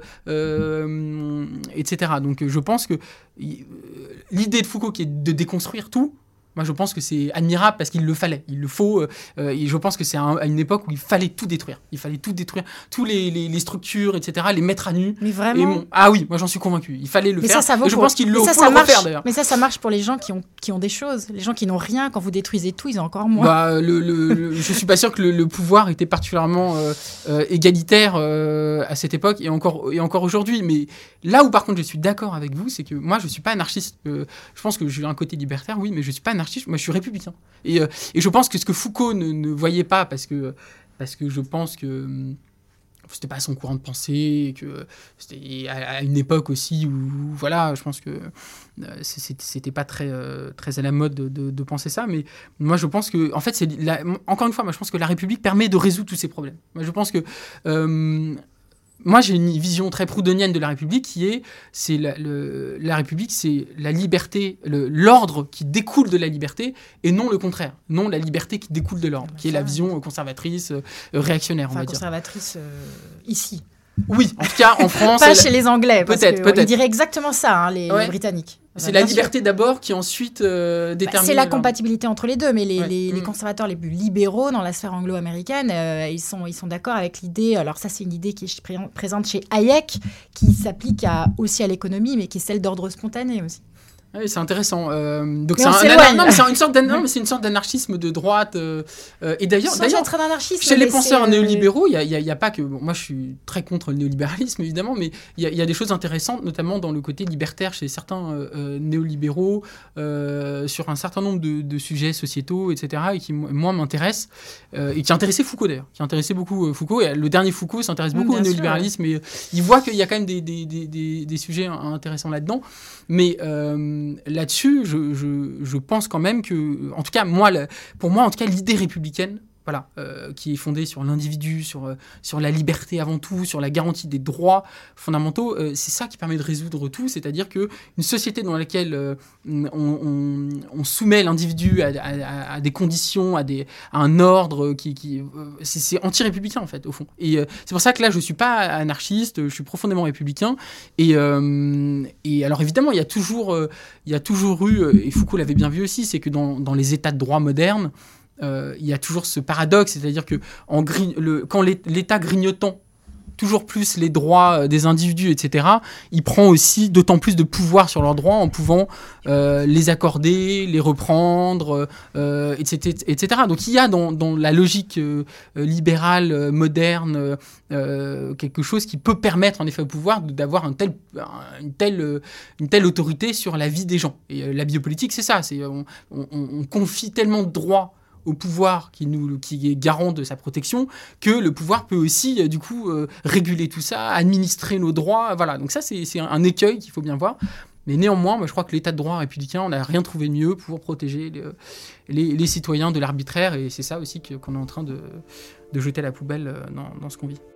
euh, et cetera. Donc je pense que y, euh, l'idée de Foucault qui est de déconstruire tout, moi je pense que c'est admirable parce qu'il le fallait, il le faut. Euh, et je pense que c'est à, à une époque où il fallait tout détruire. Il fallait tout détruire, tous les, les, les structures, et cetera, les mettre à nu. Mais vraiment. Et mon, ah oui, moi j'en suis convaincu. Il fallait le mais faire. Ça, ça vaut et je pour... pense qu'il le, ça, faut ça le marche... refaire d'ailleurs. Mais ça, ça marche pour les gens qui ont, qui ont des choses. Les gens qui n'ont rien, quand vous détruisez tout, ils ont encore moins. Bah, le, le, le, je suis pas sûr que le, le pouvoir était particulièrement euh, euh, égalitaire euh, à cette époque et encore, et encore aujourd'hui. Mais là où par contre je suis d'accord avec vous, c'est que moi je suis pas anarchiste. Euh, je pense que j'ai un côté libertaire, oui, mais je suis pas anarchiste. Moi je suis républicain. Et, euh, et je pense que ce que Foucault ne, ne voyait pas, parce que, parce que je pense que hum, c'était pas son courant de pensée, que c'était à, à une époque aussi où, où voilà, je pense que euh, c'était, c'était pas très, euh, très à la mode de, de, de penser ça, mais moi je pense que, en fait, c'est la, encore une fois, moi je pense que la République permet de résoudre tous ces problèmes. Moi je pense que euh, moi, j'ai une vision très proudhonienne de la République qui est, c'est la, le, la République, c'est la liberté, le, l'ordre qui découle de la liberté et non le contraire, non la liberté qui découle de l'ordre, qui est la vision conservatrice, euh, réactionnaire, enfin, on va dire. Conservatrice euh, ici. Oui, en tout cas en France. Pas chez les Anglais, parce peut-être, que peut-être. Ils diraient exactement ça, hein, les, ouais. les Britanniques. C'est Bien la sûr. liberté d'abord qui ensuite euh, détermine. Bah, c'est la compatibilité entre les deux, mais les, ouais. les, les mmh. conservateurs les plus libéraux dans la sphère anglo-américaine, euh, ils, sont, ils sont d'accord avec l'idée, alors ça c'est une idée qui est pré- présente chez Hayek, qui s'applique à, aussi à l'économie, mais qui est celle d'ordre spontané aussi. Oui, c'est intéressant. Euh, donc mais c'est, on un, s'éloigne. non, mais c'est une sorte non, mais c'est une sorte d'anarchisme de droite. Euh, euh, et d'ailleurs, Sans d'ailleurs être un anarchiste, chez les penseurs c'est, néolibéraux, il n'y a, a, a pas que... Bon, moi, je suis très contre le néolibéralisme, évidemment, mais il y, y a des choses intéressantes, notamment dans le côté libertaire chez certains euh, néolibéraux, euh, sur un certain nombre de, de sujets sociétaux, et cetera, et qui, moi, m'intéressent, euh, et qui intéressaient Foucault, d'ailleurs, qui intéressaient beaucoup euh, Foucault. Et le dernier Foucault s'intéresse beaucoup Bien au sûr, néolibéralisme, ouais. Et il voit qu'il y a quand même des, des, des, des, des sujets intéressants là-dedans. Mais euh, là-dessus, je, je, je pense quand même que, en tout cas, moi, le, pour moi, en tout cas, l'idée républicaine, voilà, euh, qui est fondée sur l'individu, sur, euh, sur la liberté avant tout, sur la garantie des droits fondamentaux, euh, c'est ça qui permet de résoudre tout. C'est-à-dire qu'une société dans laquelle euh, on, on, on soumet l'individu à, à, à des conditions, à, des, à un ordre, qui, qui, euh, c'est, c'est anti-républicain, en fait, au fond. Et euh, c'est pour ça que là, je ne suis pas anarchiste, je suis profondément républicain. Et, euh, et alors, évidemment, il y a toujours, euh, il y a toujours eu, et Foucault l'avait bien vu aussi, c'est que dans, dans les états de droit modernes, Euh, il y a toujours ce paradoxe, c'est-à-dire que en gri- le, quand l'État grignotant toujours plus les droits des individus, et cetera, il prend aussi d'autant plus de pouvoir sur leurs droits en pouvant euh, les accorder, les reprendre, euh, et cetera, et cetera. Donc il y a dans, dans la logique euh, libérale, euh, moderne, euh, quelque chose qui peut permettre en effet au pouvoir d'avoir un tel, une, telle, une telle autorité sur la vie des gens. Et euh, la biopolitique, c'est ça, c'est, on, on, on confie tellement de droits au pouvoir qui, nous, qui est garant de sa protection, que le pouvoir peut aussi, euh, du coup, euh, réguler tout ça, administrer nos droits. Voilà, donc ça, c'est, c'est un écueil qu'il faut bien voir. Mais néanmoins, moi, je crois que l'État de droit républicain, on n'a rien trouvé de mieux pour protéger les, les, les citoyens de l'arbitraire. Et c'est ça aussi que, qu'on est en train de, de jeter à la poubelle dans, dans ce qu'on vit.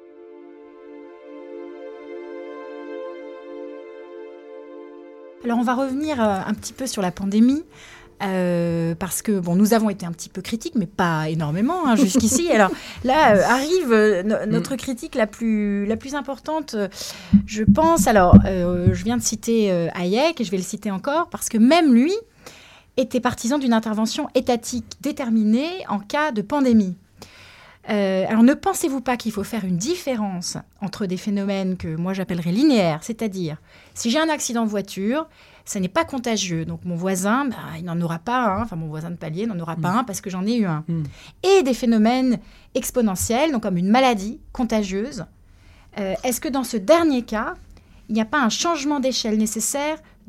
Alors, on va revenir un petit peu sur la pandémie. Euh, parce que bon, nous avons été un petit peu critiques, mais pas énormément hein, jusqu'ici. Alors là euh, arrive euh, no- notre critique la plus, la plus importante, euh, je pense. Alors, euh, je viens de citer euh, Hayek, et je vais le citer encore, parce que même lui était partisan d'une intervention étatique déterminée en cas de pandémie. Euh, alors, ne pensez-vous pas qu'il faut faire une différence entre des phénomènes que moi j'appellerais linéaires, c'est-à-dire, si j'ai un accident de voiture, ça n'est pas contagieux. Donc, mon voisin, bah, il n'en aura pas un. Enfin, mon voisin de palier n'en aura mmh. pas un parce que j'en ai eu un. Mmh. Et des phénomènes exponentiels, donc comme une maladie contagieuse. Euh, est-ce que dans ce dernier cas, il n'y a pas un changement d'échelle nécessaire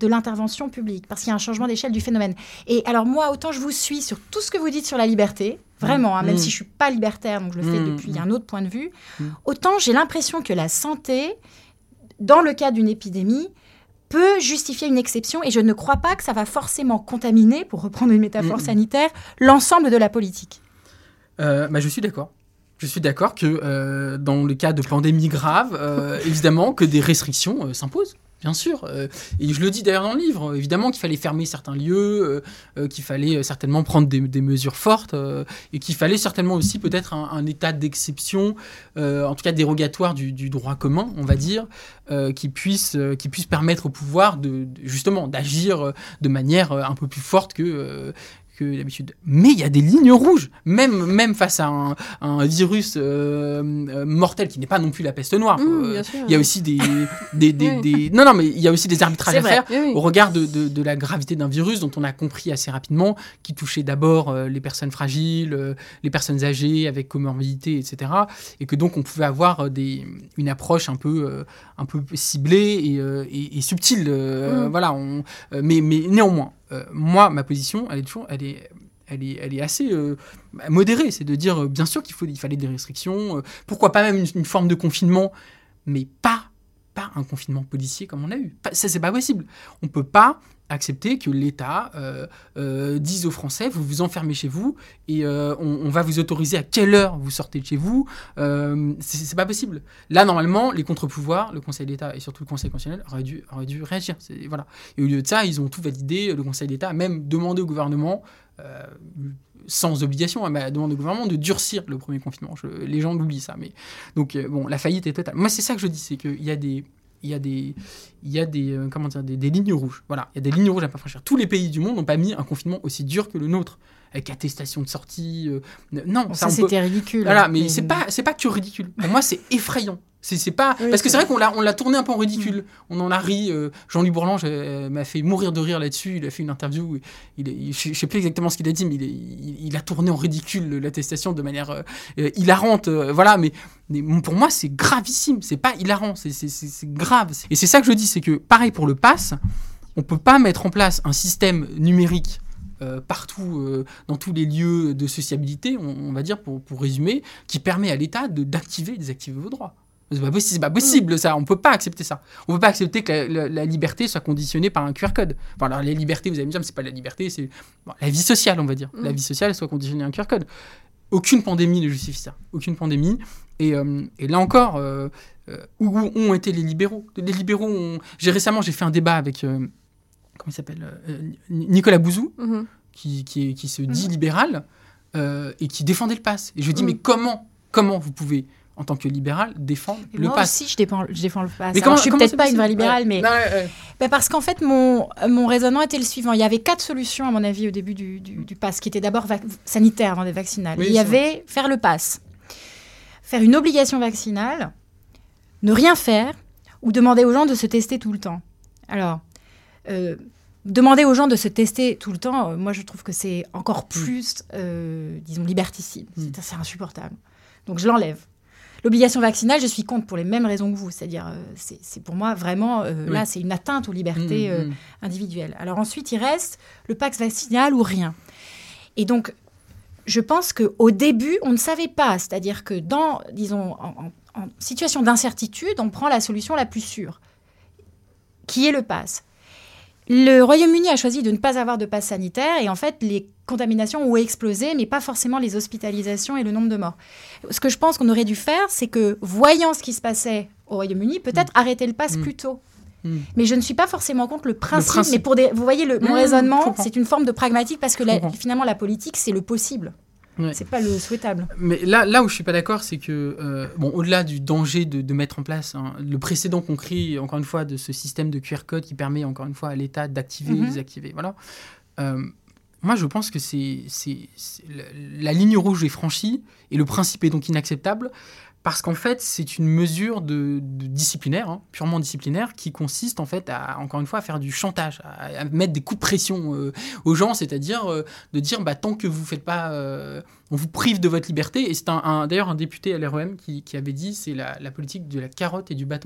de l'intervention publique, parce qu'il y a un changement d'échelle du phénomène. Et alors moi, autant je vous suis sur tout ce que vous dites sur la liberté, vraiment, hein, même mmh. si je ne suis pas libertaire, donc je le fais mmh. depuis un autre point de vue, mmh. autant j'ai l'impression que la santé, dans le cas d'une épidémie, peut justifier une exception, et je ne crois pas que ça va forcément contaminer, pour reprendre une métaphore mmh. sanitaire, l'ensemble de la politique. Euh, bah, je suis d'accord. Je suis d'accord que euh, dans le cas de pandémie grave, euh, évidemment que des restrictions euh, s'imposent. Bien sûr. Euh, et je le dis d'ailleurs dans le livre, évidemment qu'il fallait fermer certains lieux, euh, euh, qu'il fallait certainement prendre des, des mesures fortes, euh, et qu'il fallait certainement aussi peut-être un, un état d'exception, euh, en tout cas dérogatoire du, du droit commun, on va dire, euh, qui, puisse, euh, qui puisse permettre au pouvoir de, de, justement d'agir de manière un peu plus forte que... Euh, que d'habitude. Mais il y a des lignes rouges, même, même face à un, un virus euh, euh, mortel qui n'est pas non plus la peste noire. Mmh, euh, sûr, il y a oui. aussi des, des, des, oui. des... Non, non, mais il y a aussi des arbitrages C'est à vrai. faire Oui, oui. au regard de, de, de la gravité d'un virus dont on a compris assez rapidement qui touchait d'abord euh, les personnes fragiles, euh, les personnes âgées avec comorbidité, et cetera. Et que donc on pouvait avoir des, une approche un peu, euh, un peu ciblée et, euh, et, et subtile. Euh, mmh. Voilà, on, euh, mais, mais néanmoins, euh, moi, ma position, elle est toujours... Elle est, Elle est, elle est assez euh, modérée. C'est de dire, euh, bien sûr qu'il faut, il fallait des restrictions, euh, pourquoi pas même une, une forme de confinement, mais pas, pas un confinement policier comme on a eu. Pas, ça, c'est pas possible. On peut pas accepter que l'État euh, euh, dise aux Français, vous vous enfermez chez vous et euh, on, on va vous autoriser à quelle heure vous sortez de chez vous. Euh, c'est, c'est pas possible. Là, normalement, les contre-pouvoirs, le Conseil d'État et surtout le Conseil constitutionnel auraient dû, auraient dû réagir. C'est, voilà. Et au lieu de ça, ils ont tout validé. Le Conseil d'État a même demandé au gouvernement, euh, sans obligation, mais a demandé au gouvernement de durcir le premier confinement. Je, les gens l'oublient ça. Mais, donc, euh, bon, la faillite est totale. Moi, c'est ça que je dis, c'est qu'il y a des... Il y a des, il y a des, euh, comment dire, des, des lignes rouges. Voilà, il y a des lignes rouges à pas franchir. Tous les pays du monde n'ont pas mis un confinement aussi dur que le nôtre, avec attestation de sortie. Euh, non, bon, ça, ça c'était peut... ridicule. Voilà, mais, mais... c'est pas, c'est pas que ridicule. Pour moi, c'est effrayant. C'est, c'est pas... Oui, Parce que c'est c'est vrai vrai qu'on l'a, on l'a tourné un peu en ridicule. Mmh. On en a ri. Euh, Jean-Louis Bourlange euh, m'a fait mourir de rire là-dessus. Il a fait une interview. Il, il, je ne sais plus exactement ce qu'il a dit, mais il, il, il a tourné en ridicule l'attestation de manière euh, euh, hilarante. Euh, voilà, mais, mais pour moi, c'est gravissime. C'est pas hilarant, c'est, c'est, c'est, c'est grave. Et c'est ça que je dis, c'est que, pareil pour le pass, on ne peut pas mettre en place un système numérique Euh, partout, euh, dans tous les lieux de sociabilité, on, on va dire, pour, pour résumer, qui permet à l'État de, d'activer et désactiver vos droits. C'est pas possible, c'est pas possible ça, on peut pas accepter ça. On peut pas accepter que la, la, la liberté soit conditionnée par un Q R code. Enfin, alors, la liberté, vous allez me dire, mais c'est pas la liberté, c'est bon, la vie sociale, on va dire. Mm. La vie sociale soit conditionnée à un Q R code. Aucune pandémie ne justifie ça. Aucune pandémie. Et, euh, et là encore, euh, euh, où ont été les libéraux ? Les libéraux ont... J'ai, récemment, j'ai fait un débat avec... Euh, comment il s'appelle euh, Nicolas Bouzou, mmh. qui, qui, qui se dit mmh. libéral euh, et qui défendait le pass. Et je dis, mmh. mais comment, comment vous pouvez, en tant que libéral, défendre et le moi pass ? Moi aussi, je défends, je défends le pass. Mais comment, je suis peut-être pas une vraie libérale, ouais. mais... Non, ouais, ouais. Bah parce qu'en fait, mon, mon raisonnement était le suivant. Il y avait quatre solutions, à mon avis, au début du, du, du pass, qui étaient d'abord vac- sanitaires avant des vaccinales. Oui, il y avait vrai. Faire le pass, faire une obligation vaccinale, ne rien faire, ou demander aux gens de se tester tout le temps. Alors... Euh, Demander aux gens de se tester tout le temps, euh, moi je trouve que c'est encore plus, euh, disons, liberticide. Mm. C'est, c'est insupportable. Donc je l'enlève. L'obligation vaccinale, je suis contre pour les mêmes raisons que vous. C'est-à-dire, euh, c'est, c'est pour moi vraiment, euh, oui. là, c'est une atteinte aux libertés mm, euh, mm. individuelles. Alors ensuite, il reste le pass vaccinal ou rien. Et donc, je pense qu'au début, on ne savait pas. C'est-à-dire que dans, disons, en, en, en situation d'incertitude, on prend la solution la plus sûre, qui est le pass. Le Royaume-Uni a choisi de ne pas avoir de passe sanitaire et en fait, les contaminations ont explosé, mais pas forcément les hospitalisations et le nombre de morts. Ce que je pense qu'on aurait dû faire, c'est que, voyant ce qui se passait au Royaume-Uni, peut-être mmh. arrêter le pass mmh. plus tôt. Mmh. Mais je ne suis pas forcément contre le principe. Le principe. Mais pour des, vous voyez, le, mon mmh, raisonnement, c'est une forme de pragmatique parce que la, finalement, la politique, c'est le possible. Ouais. C'est pas le souhaitable. Mais là, là où je suis pas d'accord, c'est que, euh, bon, au-delà du danger de, de mettre en place hein, le précédent qu'on crée, encore une fois, de ce système de Q R code qui permet, encore une fois, à l'État d'activer mm-hmm. et désactiver, voilà. Euh, moi, je pense que c'est, c'est, c'est la, la ligne rouge est franchie et le principe est donc inacceptable parce qu'en fait, c'est une mesure de, de disciplinaire, hein, purement disciplinaire, qui consiste en fait à, encore une fois, à faire du chantage, à, à mettre des coups de pression euh, aux gens, c'est-à-dire euh, de dire, bah, tant que vous faites pas, euh, on vous prive de votre liberté. Et c'est un, un, d'ailleurs un député à l'R E M qui, qui avait dit, c'est la, la politique de la carotte et du bâton.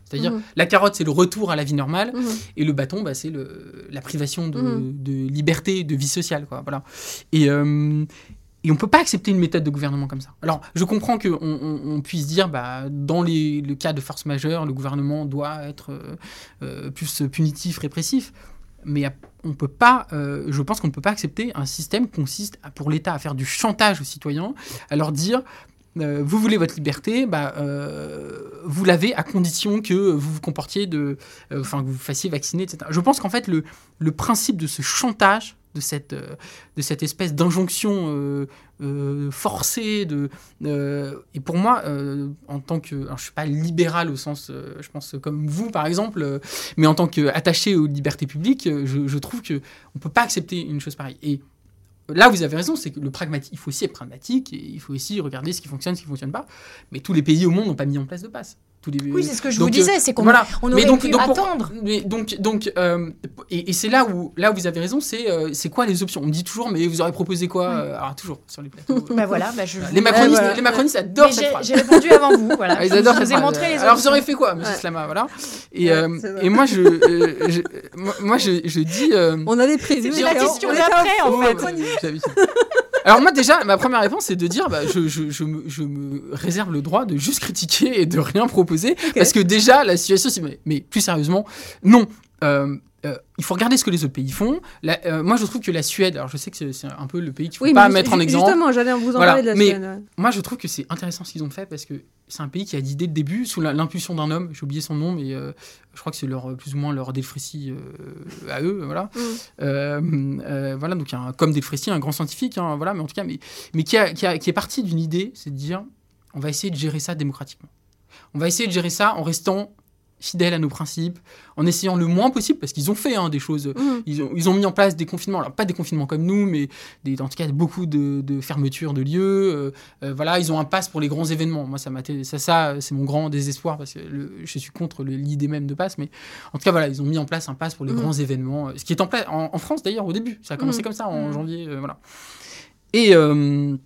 C'est-à-dire, Mmh. la carotte, c'est le retour à la vie normale, Mmh. et le bâton, bah, c'est le, la privation de, Mmh. de liberté, de vie sociale, quoi. Voilà. Et, euh, et on ne peut pas accepter une méthode de gouvernement comme ça. Alors, je comprends qu'on on, on puisse dire, bah, dans les, le cas de force majeure, le gouvernement doit être euh, euh, plus punitif, répressif. Mais on peut pas, euh, je pense qu'on ne peut pas accepter un système qui consiste à, pour l'État à faire du chantage aux citoyens, à leur dire euh, vous voulez votre liberté, bah, euh, vous l'avez à condition que vous vous comportiez de, enfin euh, que vous vous fassiez vacciner, et cetera. Je pense qu'en fait le, le principe de ce chantage, de cette, euh, de cette espèce d'injonction euh, euh, forcée, de, euh, et pour moi, euh, en tant que, alors je suis pas libéral au sens, euh, je pense comme vous par exemple, euh, mais en tant qu'attaché aux libertés publiques, euh, je, je trouve que on peut pas accepter une chose pareille. Et là, vous avez raison, c'est que le pragmatique, il faut aussi être pragmatique, et il faut aussi regarder ce qui fonctionne, ce qui ne fonctionne pas. Mais tous les pays au monde n'ont pas mis en place de passe. Tous les... Oui, c'est ce que je donc, vous disais, c'est qu'on voilà. on aurait mais donc, pu donc, attendre. Pour, mais donc, donc, euh, et, et c'est là où, là où vous avez raison, c'est, euh, c'est quoi les options ? On me dit toujours, mais vous aurez proposé quoi ? Oui. euh, Alors, toujours, sur les plateaux. Bah voilà, bah je Les macronistes, voilà. les macronistes adorent Mais cette j'ai, phrase. j'ai répondu avant vous, voilà. Ah, ils je adorent vous cette ai phrase. montré les Alors, vous options. aurez fait quoi, monsieur Ouais. Slama, voilà. Et, Ouais, euh, c'est vrai. et moi, je, euh, je, moi, moi, je, je dis... euh, On avait prévu. C'était la on- question on était d'après, à en fond, fait. quoi. J'avais- Alors moi déjà, ma première réponse c'est de dire bah, je, je, je, me, je me réserve le droit de juste critiquer et de rien proposer, Ok. parce que déjà la situation, c'est... Mais, mais plus sérieusement, non. Euh, euh, il faut regarder ce que les autres pays font. La, euh, moi je trouve que la Suède, alors je sais que c'est, c'est un peu le pays qu'il ne faut Oui, pas mais mettre en ju- exemple. Justement, j'allais vous en Voilà, parler de la mais- Suède. ouais. Moi je trouve que c'est intéressant ce qu'ils ont fait, parce que c'est un pays qui a dit dès le début, sous la, l'impulsion d'un homme, j'ai oublié son nom, mais euh, je crois que c'est leur, plus ou moins leur Delfrécy euh, à eux, voilà. Mm. Euh, euh, voilà, donc un, comme Delfrécy, un grand scientifique, hein, voilà, mais en tout cas, mais, mais qui, a, qui, a, qui est parti d'une idée, c'est de dire, on va essayer de gérer ça démocratiquement. On va essayer de gérer ça en restant fidèles à nos principes, en essayant le moins possible, parce qu'ils ont fait hein, des choses, Mm. ils ont, ils ont mis en place des confinements, alors pas des confinements comme nous, mais des, en tout cas beaucoup de, de fermetures de lieux, euh, euh, voilà, ils ont un pass pour les grands événements. Moi, ça, m'a t- ça, ça c'est mon grand désespoir, parce que le, je suis contre le, l'idée même de pass, mais en tout cas, voilà, ils ont mis en place un pass pour les Mm. grands événements, ce qui est en place en, en France d'ailleurs au début, ça a commencé Mm. comme ça en Mm. janvier, euh, voilà. Et, euh,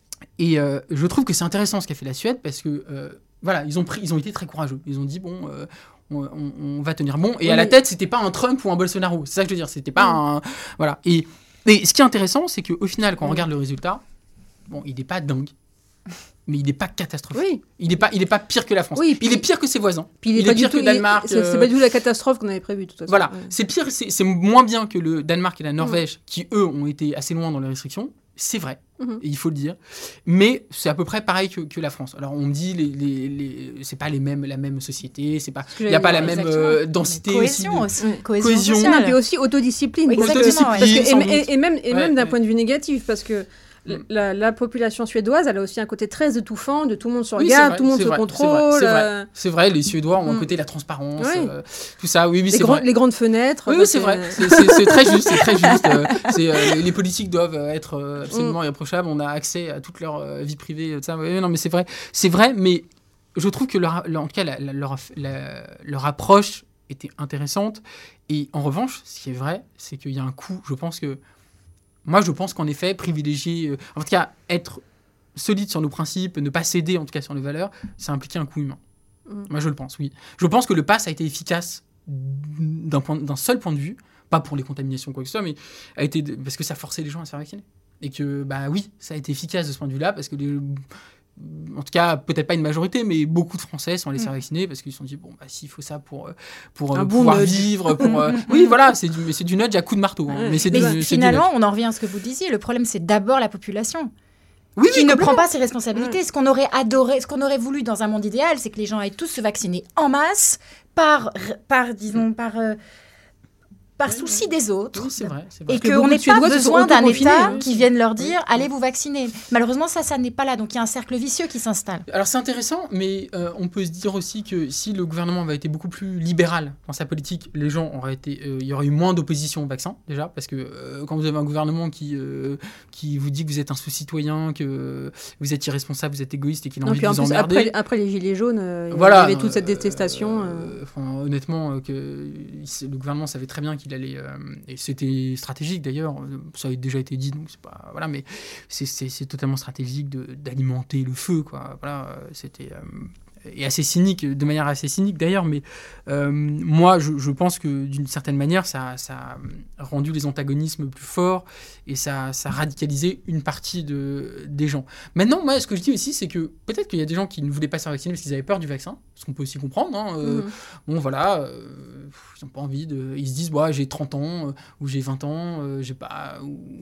et euh, je trouve que c'est intéressant ce qu'a fait la Suède, parce que euh, voilà, ils ont, pris, ils ont été très courageux. Ils ont dit, bon, euh, on, on- on va tenir bon. Et Oui, à la mais- tête, c'était pas un Trump ou un Bolsonaro. C'est ça que je veux dire. C'était pas Mm. un. Voilà. Et, et ce qui est intéressant, c'est qu'au final, quand on Mm. regarde le résultat, bon, il n'est pas dingue, mais il n'est pas catastrophique. Oui. Il n'est pas, il est pas pire que la France. Oui, puis- il est pire que ses voisins. Puis il est, Il pas est du pire tout, que Danemark, il- C'est, c'est euh, pas du tout la catastrophe qu'on avait prévue, de toute façon. Voilà. Ouais. C'est pire, c'est, c'est moins bien que le Danemark et la Norvège, qui eux ont été assez loin dans les restrictions. C'est vrai. Mhm. Et il faut le dire, mais c'est à peu près pareil que, que la France. Alors on me dit les, les, les c'est pas les mêmes la même société, c'est pas que il y a j'allais pas la dire, même exactement. euh, densité Cohésion aussi. aussi. Ouais. Cohésion, Cohésion. sociale. Non, puis aussi autodiscipline. Oui, parce que- exactement, parce que- Autodiscipline, sans et, doute. et- et même, et Ouais, même d'un ouais. point de vue négatif, parce que Mm. la, la population suédoise, elle a aussi un côté très étouffant, de tout le monde se Oui, c'est regarde, vrai, tout le monde c'est se vrai, contrôle. c'est vrai, c'est vrai. euh, C'est vrai, les Suédois ont Mm. un côté la transparence, Oui. euh, tout ça. Oui, oui, les, c'est grands- vrai. les grandes fenêtres. Oui, enfin, oui, c'est vrai. C'est, c'est- c'est très juste, c'est très juste. Euh, c'est, euh, les, les politiques doivent euh, être euh, absolument Mm. irréprochables. On a accès à toute leur euh, vie privée, euh, tout ça. Oui, non, mais c'est vrai, c'est vrai. Mais je trouve que leur, leur- en tout cas, la- la- leur, la- leur approche était intéressante. Et en revanche, ce qui est vrai, c'est qu'il y a un coût. Je pense que moi, je pense qu'en effet, privilégier, euh, en tout cas, être solide sur nos principes, ne pas céder en tout cas sur les valeurs, ça impliquait un coût humain. Mm. Moi, je le pense, oui. Je pense que le pass a été efficace d'un, point, d'un seul point de vue, pas pour les contaminations ou quoi que ce soit, mais a été de- parce que ça forçait les gens à se faire vacciner. Et que, bah oui, ça a été efficace de ce point de vue-là, parce que les, en tout cas, peut-être pas une majorité, mais beaucoup de Français sont allés se faire vacciner parce qu'ils se sont dit, bon, bah, s'il faut ça pour, euh, pour euh, Un bon pouvoir nudge. vivre, pour... euh, oui, voilà, c'est du, mais c'est du nudge à coup de marteau. hein. Ouais. Mais c'est Mais du, c'est du finalement, nudge. on en revient à ce que vous disiez. Le problème, c'est d'abord la population Oui, qui oui, ne complètement. prend pas ses responsabilités. Ce qu'on aurait adoré, ce qu'on aurait voulu dans un monde idéal, c'est que les gens aillent tous se vacciner en masse par, par disons, par, euh, par Oui, souci des autres. Oui, c'est vrai. C'est vrai. Et que qu'on beaucoup n'ait de pas Suédois se sont besoin d'un autoconfinés, État oui. qui vienne leur dire « allez vous vacciner ». Malheureusement, ça, ça n'est pas là. Donc, il y a un cercle vicieux qui s'installe. Alors c'est intéressant, mais euh, on peut se dire aussi que si le gouvernement avait été beaucoup plus libéral dans sa politique, les gens auraient été, euh, il y aurait eu moins d'opposition au vaccin déjà, parce que euh, quand vous avez un gouvernement qui euh, qui vous dit que vous êtes un sous-citoyen, que vous êtes irresponsable, vous êtes égoïste et qu'il a Non, envie puis de en vous plus, emmerder. après, après les gilets jaunes, euh, il y Voilà, avait toute cette euh, détestation. euh. euh, enfin, honnêtement, euh, que il- le gouvernement savait très bien qu'il allait, euh, et c'était stratégique d'ailleurs. euh, Ça a déjà été dit, donc c'est pas voilà, mais c'est, c'est, c'est totalement stratégique de, d'alimenter le feu, quoi. Voilà, euh, c'était. euh, et assez cynique, de manière assez cynique d'ailleurs, mais euh, moi, je, je pense que d'une certaine manière, ça, ça a rendu les antagonismes plus forts et ça, ça a radicalisé une partie de, des gens. Maintenant, moi, ce que je dis aussi, c'est que peut-être qu'il y a des gens qui ne voulaient pas se faire vacciner parce qu'ils avaient peur du vaccin, ce qu'on peut aussi comprendre. Hein, euh, mmh. Bon, voilà, euh, ils n'ont pas envie de... Ils se disent, ouais, j'ai trente ans, euh, ou j'ai vingt ans, euh, j'ai pas...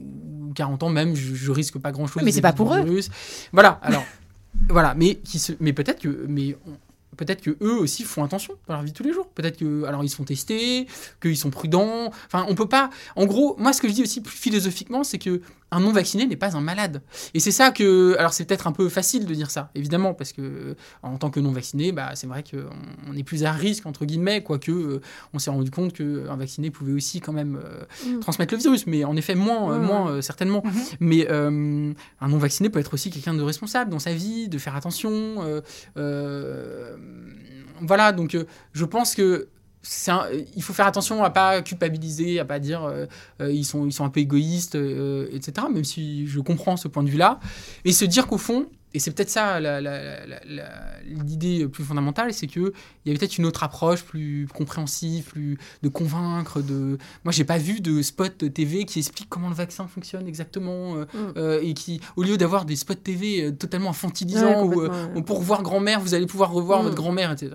ou quarante ans même, je, je risque pas grand-chose. Oui, mais c'est pas pour eux. Virus. Voilà, alors... Voilà, mais, qui se, mais peut-être que, mais on, peut-être que eux aussi font attention dans leur vie de tous les jours. Peut-être que, alors ils se font tester, qu'ils sont prudents. Enfin, on peut pas. En gros, moi, ce que je dis aussi plus philosophiquement, c'est que un non vacciné n'est pas un malade. Et c'est ça que, alors c'est peut-être un peu facile de dire ça, évidemment, parce que en tant que non vacciné, bah c'est vrai qu'on on est plus à risque entre guillemets, quoique euh, on s'est rendu compte qu'un vacciné pouvait aussi quand même euh, mmh. transmettre le virus, mais en effet moins, mmh. euh, moins euh, certainement. Mmh. Mais euh, un non vacciné peut être aussi quelqu'un de responsable dans sa vie, de faire attention. Euh, euh, voilà, donc euh, je pense que c'est un, il faut faire attention à pas culpabiliser, à pas dire euh, euh, ils sont ils sont un peu égoïstes, euh, et cetera. Même si je comprends ce point de vue-là, et se dire qu'au fond, et c'est peut-être ça la, la, la, la, l'idée plus fondamentale, c'est que il y avait peut-être une autre approche plus compréhensive, plus de convaincre. De moi, j'ai pas vu de spot T V qui explique comment le vaccin fonctionne exactement, euh, mm. euh, et qui, au lieu d'avoir des spots T V totalement infantilisants, ouais, où, euh, ouais. pour revoir grand-mère, vous allez pouvoir revoir mm. votre grand-mère, et cetera.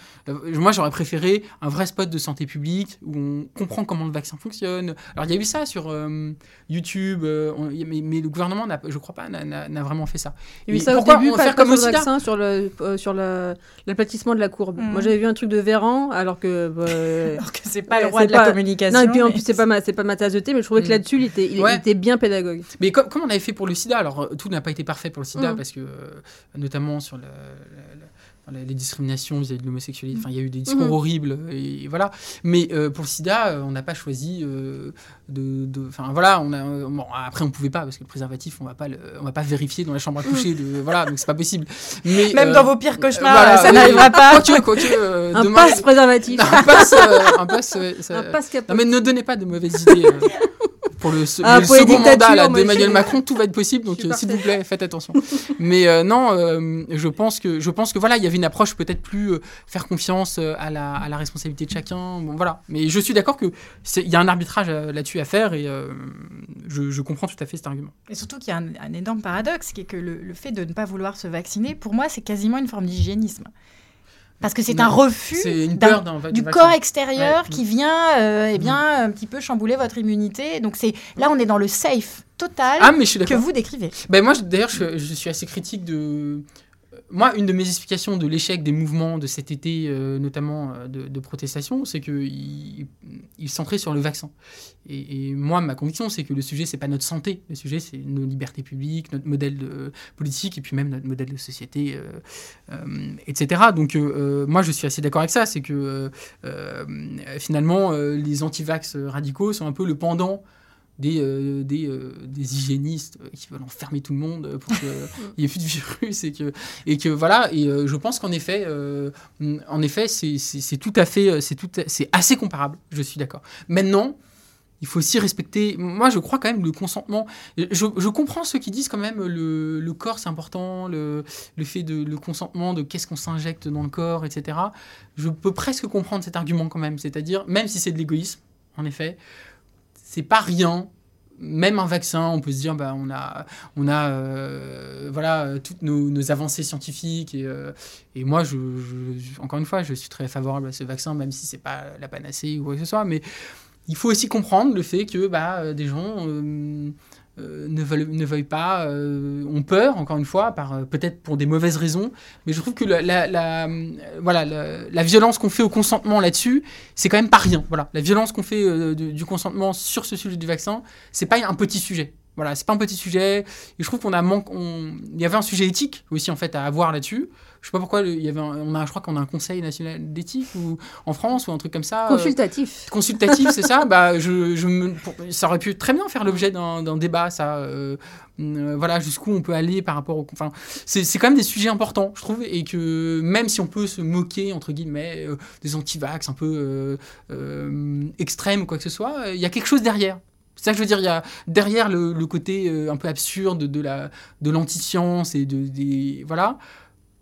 Moi, j'aurais préféré un vrai spot de santé publique où on comprend comment le vaccin fonctionne. Alors, il y a eu ça sur euh, YouTube, euh, on, mais, mais le gouvernement, n'a, je crois pas, n'a, n'a vraiment fait ça. Il y a eu ça au début, pas, faire pas comme le vaccin sur, le, euh, sur le, l'aplatissement de la courbe. Mmh. Moi, j'avais vu un truc de Véran, alors que... Euh, alors que c'est pas le roi de pas, la communication. Non, et puis en plus, c'est pas, ma, c'est pas ma tasse de thé, mais je trouvais mmh. que là-dessus, il était, il, ouais. il était bien pédagogue. Mais comme, comme on avait fait pour le sida, alors tout n'a pas été parfait pour le sida, mmh. parce que, euh, notamment sur le... le, le les discriminations vis-à-vis de l'homosexualité, enfin il y a eu des discours mmh. horribles, et, et voilà. Mais euh, pour le sida, on n'a pas choisi euh, de, enfin voilà, on a, euh, bon, après on pouvait pas parce que le préservatif, on va pas, le, on va pas vérifier dans la chambre à coucher, de, voilà, donc c'est pas possible. Mais même euh, dans vos pires cauchemars, euh, voilà, ça oui, n'arrivera pas. Quoi que, quoi que, euh, un demain, passe préservatif. Un passe, euh, un passe, euh, ça, un passe non mais ne donnez pas de mauvaises idées. Euh, pour le, ah, le pour second mandat là, d'Emmanuel je... Macron, tout va être possible, donc euh, s'il vous plaît, faites attention. Mais euh, non, euh, je pense que je pense que voilà, il y avait une approche peut-être plus euh, faire confiance euh, à la à la responsabilité de chacun. Bon voilà, mais je suis d'accord que il y a un arbitrage euh, là-dessus à faire, et euh, je, je comprends tout à fait cet argument. Et surtout qu'il y a un, un énorme paradoxe, qui est que le, le fait de ne pas vouloir se vacciner, pour moi, c'est quasiment une forme d'hygiénisme. Parce que c'est non, un refus c'est une peur d'un, du vaccin. corps extérieur ouais. qui vient euh, eh bien, un petit peu chambouler votre immunité. Donc c'est, là, on est dans le safe total ah, mais je suis que vous décrivez. Ben moi, d'ailleurs, je, je suis assez critique de... Moi, une de mes explications de l'échec des mouvements de cet été, euh, notamment euh, de, de protestation, c'est qu'ils ils centraient sur le vaccin. Et, et moi, ma conviction, c'est que le sujet, c'est pas notre santé. Le sujet, c'est nos libertés publiques, notre modèle de, politique, et puis même notre modèle de société, euh, euh, et cetera. Donc, euh, moi, je suis assez d'accord avec ça. C'est que, euh, finalement, euh, les anti-vax radicaux sont un peu le pendant des, euh, des, euh, des hygiénistes qui veulent enfermer tout le monde pour qu'il n'y ait plus de virus, et que, et que voilà, et euh, je pense qu'en effet, euh, en effet c'est, c'est, c'est tout à fait, c'est, tout à, c'est assez comparable, je suis d'accord. Maintenant, il faut aussi respecter, moi je crois quand même le consentement, je, je comprends ceux qui disent quand même le, le corps c'est important, le, le fait de le consentement, de qu'est-ce qu'on s'injecte dans le corps, et cetera. Je peux presque comprendre cet argument quand même, c'est-à-dire, même si c'est de l'égoïsme, en effet, c'est pas rien. Même un vaccin, on peut se dire, bah, on a, on a euh, voilà, toutes nos, nos avancées scientifiques. Et, euh, et moi, je, je, encore une fois, je suis très favorable à ce vaccin, même si c'est pas la panacée ou quoi que ce soit. Mais il faut aussi comprendre le fait que bah, des gens euh, euh, ne, veulent, ne veuillent pas, euh, ont peur, encore une fois, par, peut-être pour des mauvaises raisons. Mais je trouve que la, la, la, voilà, la, la violence qu'on fait au consentement là-dessus, c'est quand même pas rien. Voilà. La violence qu'on fait euh, du, du consentement sur ce sujet du vaccin, c'est pas un petit sujet. Voilà, c'est pas un petit sujet. Et je trouve qu'on a manque, on... il y avait un sujet éthique aussi en fait à avoir là-dessus. Je sais pas pourquoi il y avait, un... on a, je crois qu'on a un conseil national d'éthique ou en France ou un truc comme ça. Consultatif. Euh... Consultatif, c'est ça. Bah, je, je me... ça aurait pu très bien faire l'objet d'un, d'un débat, ça. Euh... Euh, voilà, jusqu'où on peut aller par rapport au... Enfin, c'est, c'est quand même des sujets importants, je trouve, et que même si on peut se moquer, entre guillemets, euh, des anti-vax un peu euh, euh, extrêmes ou quoi que ce soit, il y a quelque chose derrière. C'est ça que je veux dire, il y a derrière le, le côté euh, un peu absurde de, la, de l'anti-science et de, des... Voilà.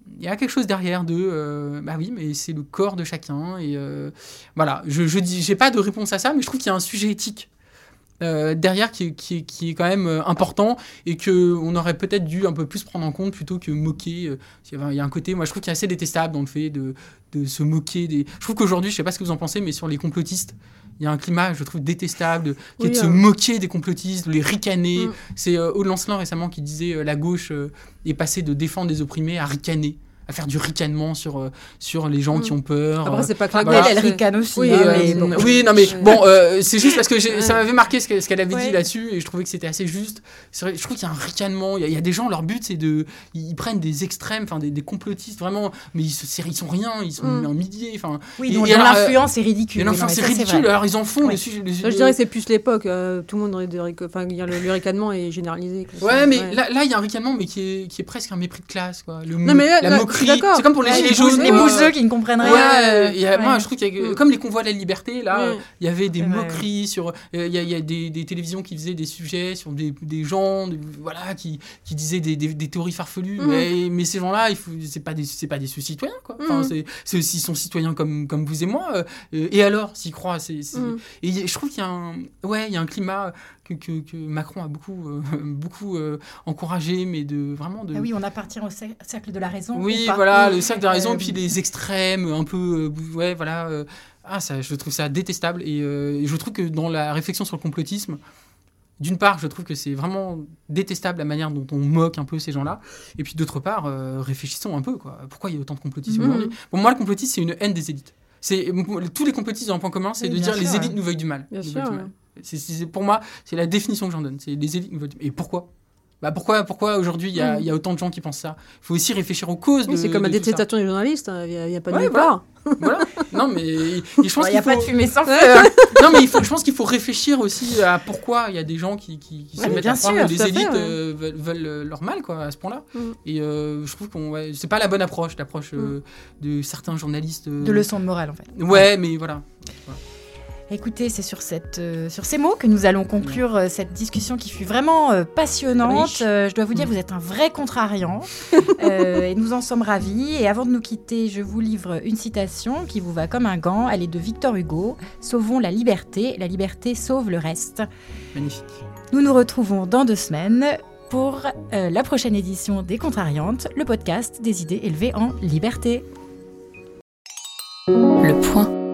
il y a quelque chose derrière de euh, bah oui, mais c'est le corps de chacun et euh, voilà, je je dis j'ai pas de réponse à ça, mais je trouve qu'il y a un sujet éthique euh, derrière qui, qui, qui est quand même euh, important et que on aurait peut-être dû un peu plus prendre en compte plutôt que moquer. Euh, il y a un côté, moi je trouve qu'il est assez détestable dans le fait de de se moquer des. Je trouve qu'aujourd'hui, je sais pas ce que vous en pensez, mais sur les complotistes, il y a un climat, je trouve, détestable, de, qui oui, est de euh... se moquer des complotistes, de les ricaner. Mm. C'est euh, Aude Lancelin récemment qui disait euh, la gauche euh, est passée de défendre des opprimés à ricaner, à faire du ricanement sur, euh, sur les gens mmh. qui ont peur. Après, c'est pas que voilà. Elle, elle ricane aussi. Oui, hein, euh, mais bon. oui non, mais bon, euh, c'est juste parce que j'ai, ça m'avait marqué ce qu'elle, ce qu'elle avait ouais. dit là-dessus et je trouvais que c'était assez juste. C'est vrai, je trouve qu'il y a un ricanement. Il y a, il y a des gens, leur but, c'est de. Ils prennent des extrêmes, enfin, des, des complotistes, vraiment, mais ils, se, ils sont rien, ils sont mmh. un millier. Enfin, oui, donc et, et l'influence euh, est ridicule. L'influence c'est ridicule, alors ils en font. Ouais. Les, les, les, je dirais que c'est plus l'époque. Euh, tout le monde. Enfin, le, le ricanement est généralisé. Ouais, mais là, il y a un ricanement, mais qui est, qui est presque un mépris de classe, quoi. Le, non, mais là, la moquerie. C'est comme pour les les jaunes, les bouseux qui ne comprennent rien. Ouais, y a, ouais. Moi, je trouve qu'il y a, mm. comme les convois de la liberté, là, il mm. y avait des ouais. moqueries sur. Il euh, y, y a des, des télévisions qui faisaient des sujets sur des, des gens, des, voilà, qui, qui disaient des, des, des théories farfelues. Mm. Mais, mais ces gens-là, il faut, c'est pas des, c'est pas des citoyens, quoi. Enfin, mm. c'est, c'est, ils sont citoyens comme, comme vous et moi. Euh, et alors, s'ils croient, c'est. c'est... Mm. Et je trouve qu'il y a un, ouais, il y a un climat. Que, que, que Macron a beaucoup, euh, beaucoup euh, encouragé, mais de vraiment de. Ah oui, on appartient au cercle de la raison. Oui, voilà, le cercle de la raison, euh... puis les extrêmes, un peu, euh, ouais, voilà. Euh, ah, ça, je trouve ça détestable, et, euh, et je trouve que dans la réflexion sur le complotisme, d'une part, je trouve que c'est vraiment détestable la manière dont on moque un peu ces gens-là, et puis d'autre part, euh, réfléchissons un peu, quoi. Pourquoi il y a autant de complotisme mmh. aujourd'hui ? Pour moi, le complotisme, c'est une haine des élites. C'est, tous les complotistes ont un point commun, c'est oui, de dire sûr, les élites ouais. nous veulent du mal. Bien sûr, du mal. C'est, c'est, pour moi, c'est la définition que j'en donne. C'est les élites nous veulent du mal. Et pourquoi ? Bah pourquoi, pourquoi aujourd'hui il y, mmh. y a autant de gens qui pensent ça ? Il faut aussi réfléchir aux causes. Oui, de, c'est comme de la détestation des journalistes, il n'y a, a pas de ouais, nulle part. Voilà. Non, mais et je pense il n'y a faut... pas de fumée sans feu. Non, mais il faut, je pense qu'il faut réfléchir aussi à pourquoi il y a des gens qui, qui, qui ouais, se mettent à croire que les élites fait, euh, ouais. veulent, veulent leur mal, quoi, à ce point-là. Mm. Et euh, je trouve qu'on, ouais, c'est pas la bonne approche, l'approche euh, mm. de certains journalistes. Euh... De leçons de morale, en fait. Ouais, ouais. mais voilà. voilà. Écoutez, c'est sur, cette, euh, sur ces mots que nous allons conclure euh, cette discussion qui fut vraiment euh, passionnante. Euh, je dois vous dire, vous êtes un vrai contrariant euh, et nous en sommes ravis. Et avant de nous quitter, je vous livre une citation qui vous va comme un gant. Elle est de Victor Hugo. « Sauvons la liberté, la liberté sauve le reste ». Magnifique. Nous nous retrouvons dans deux semaines pour euh, la prochaine édition des Contrariantes, le podcast des idées élevées en liberté. Le point.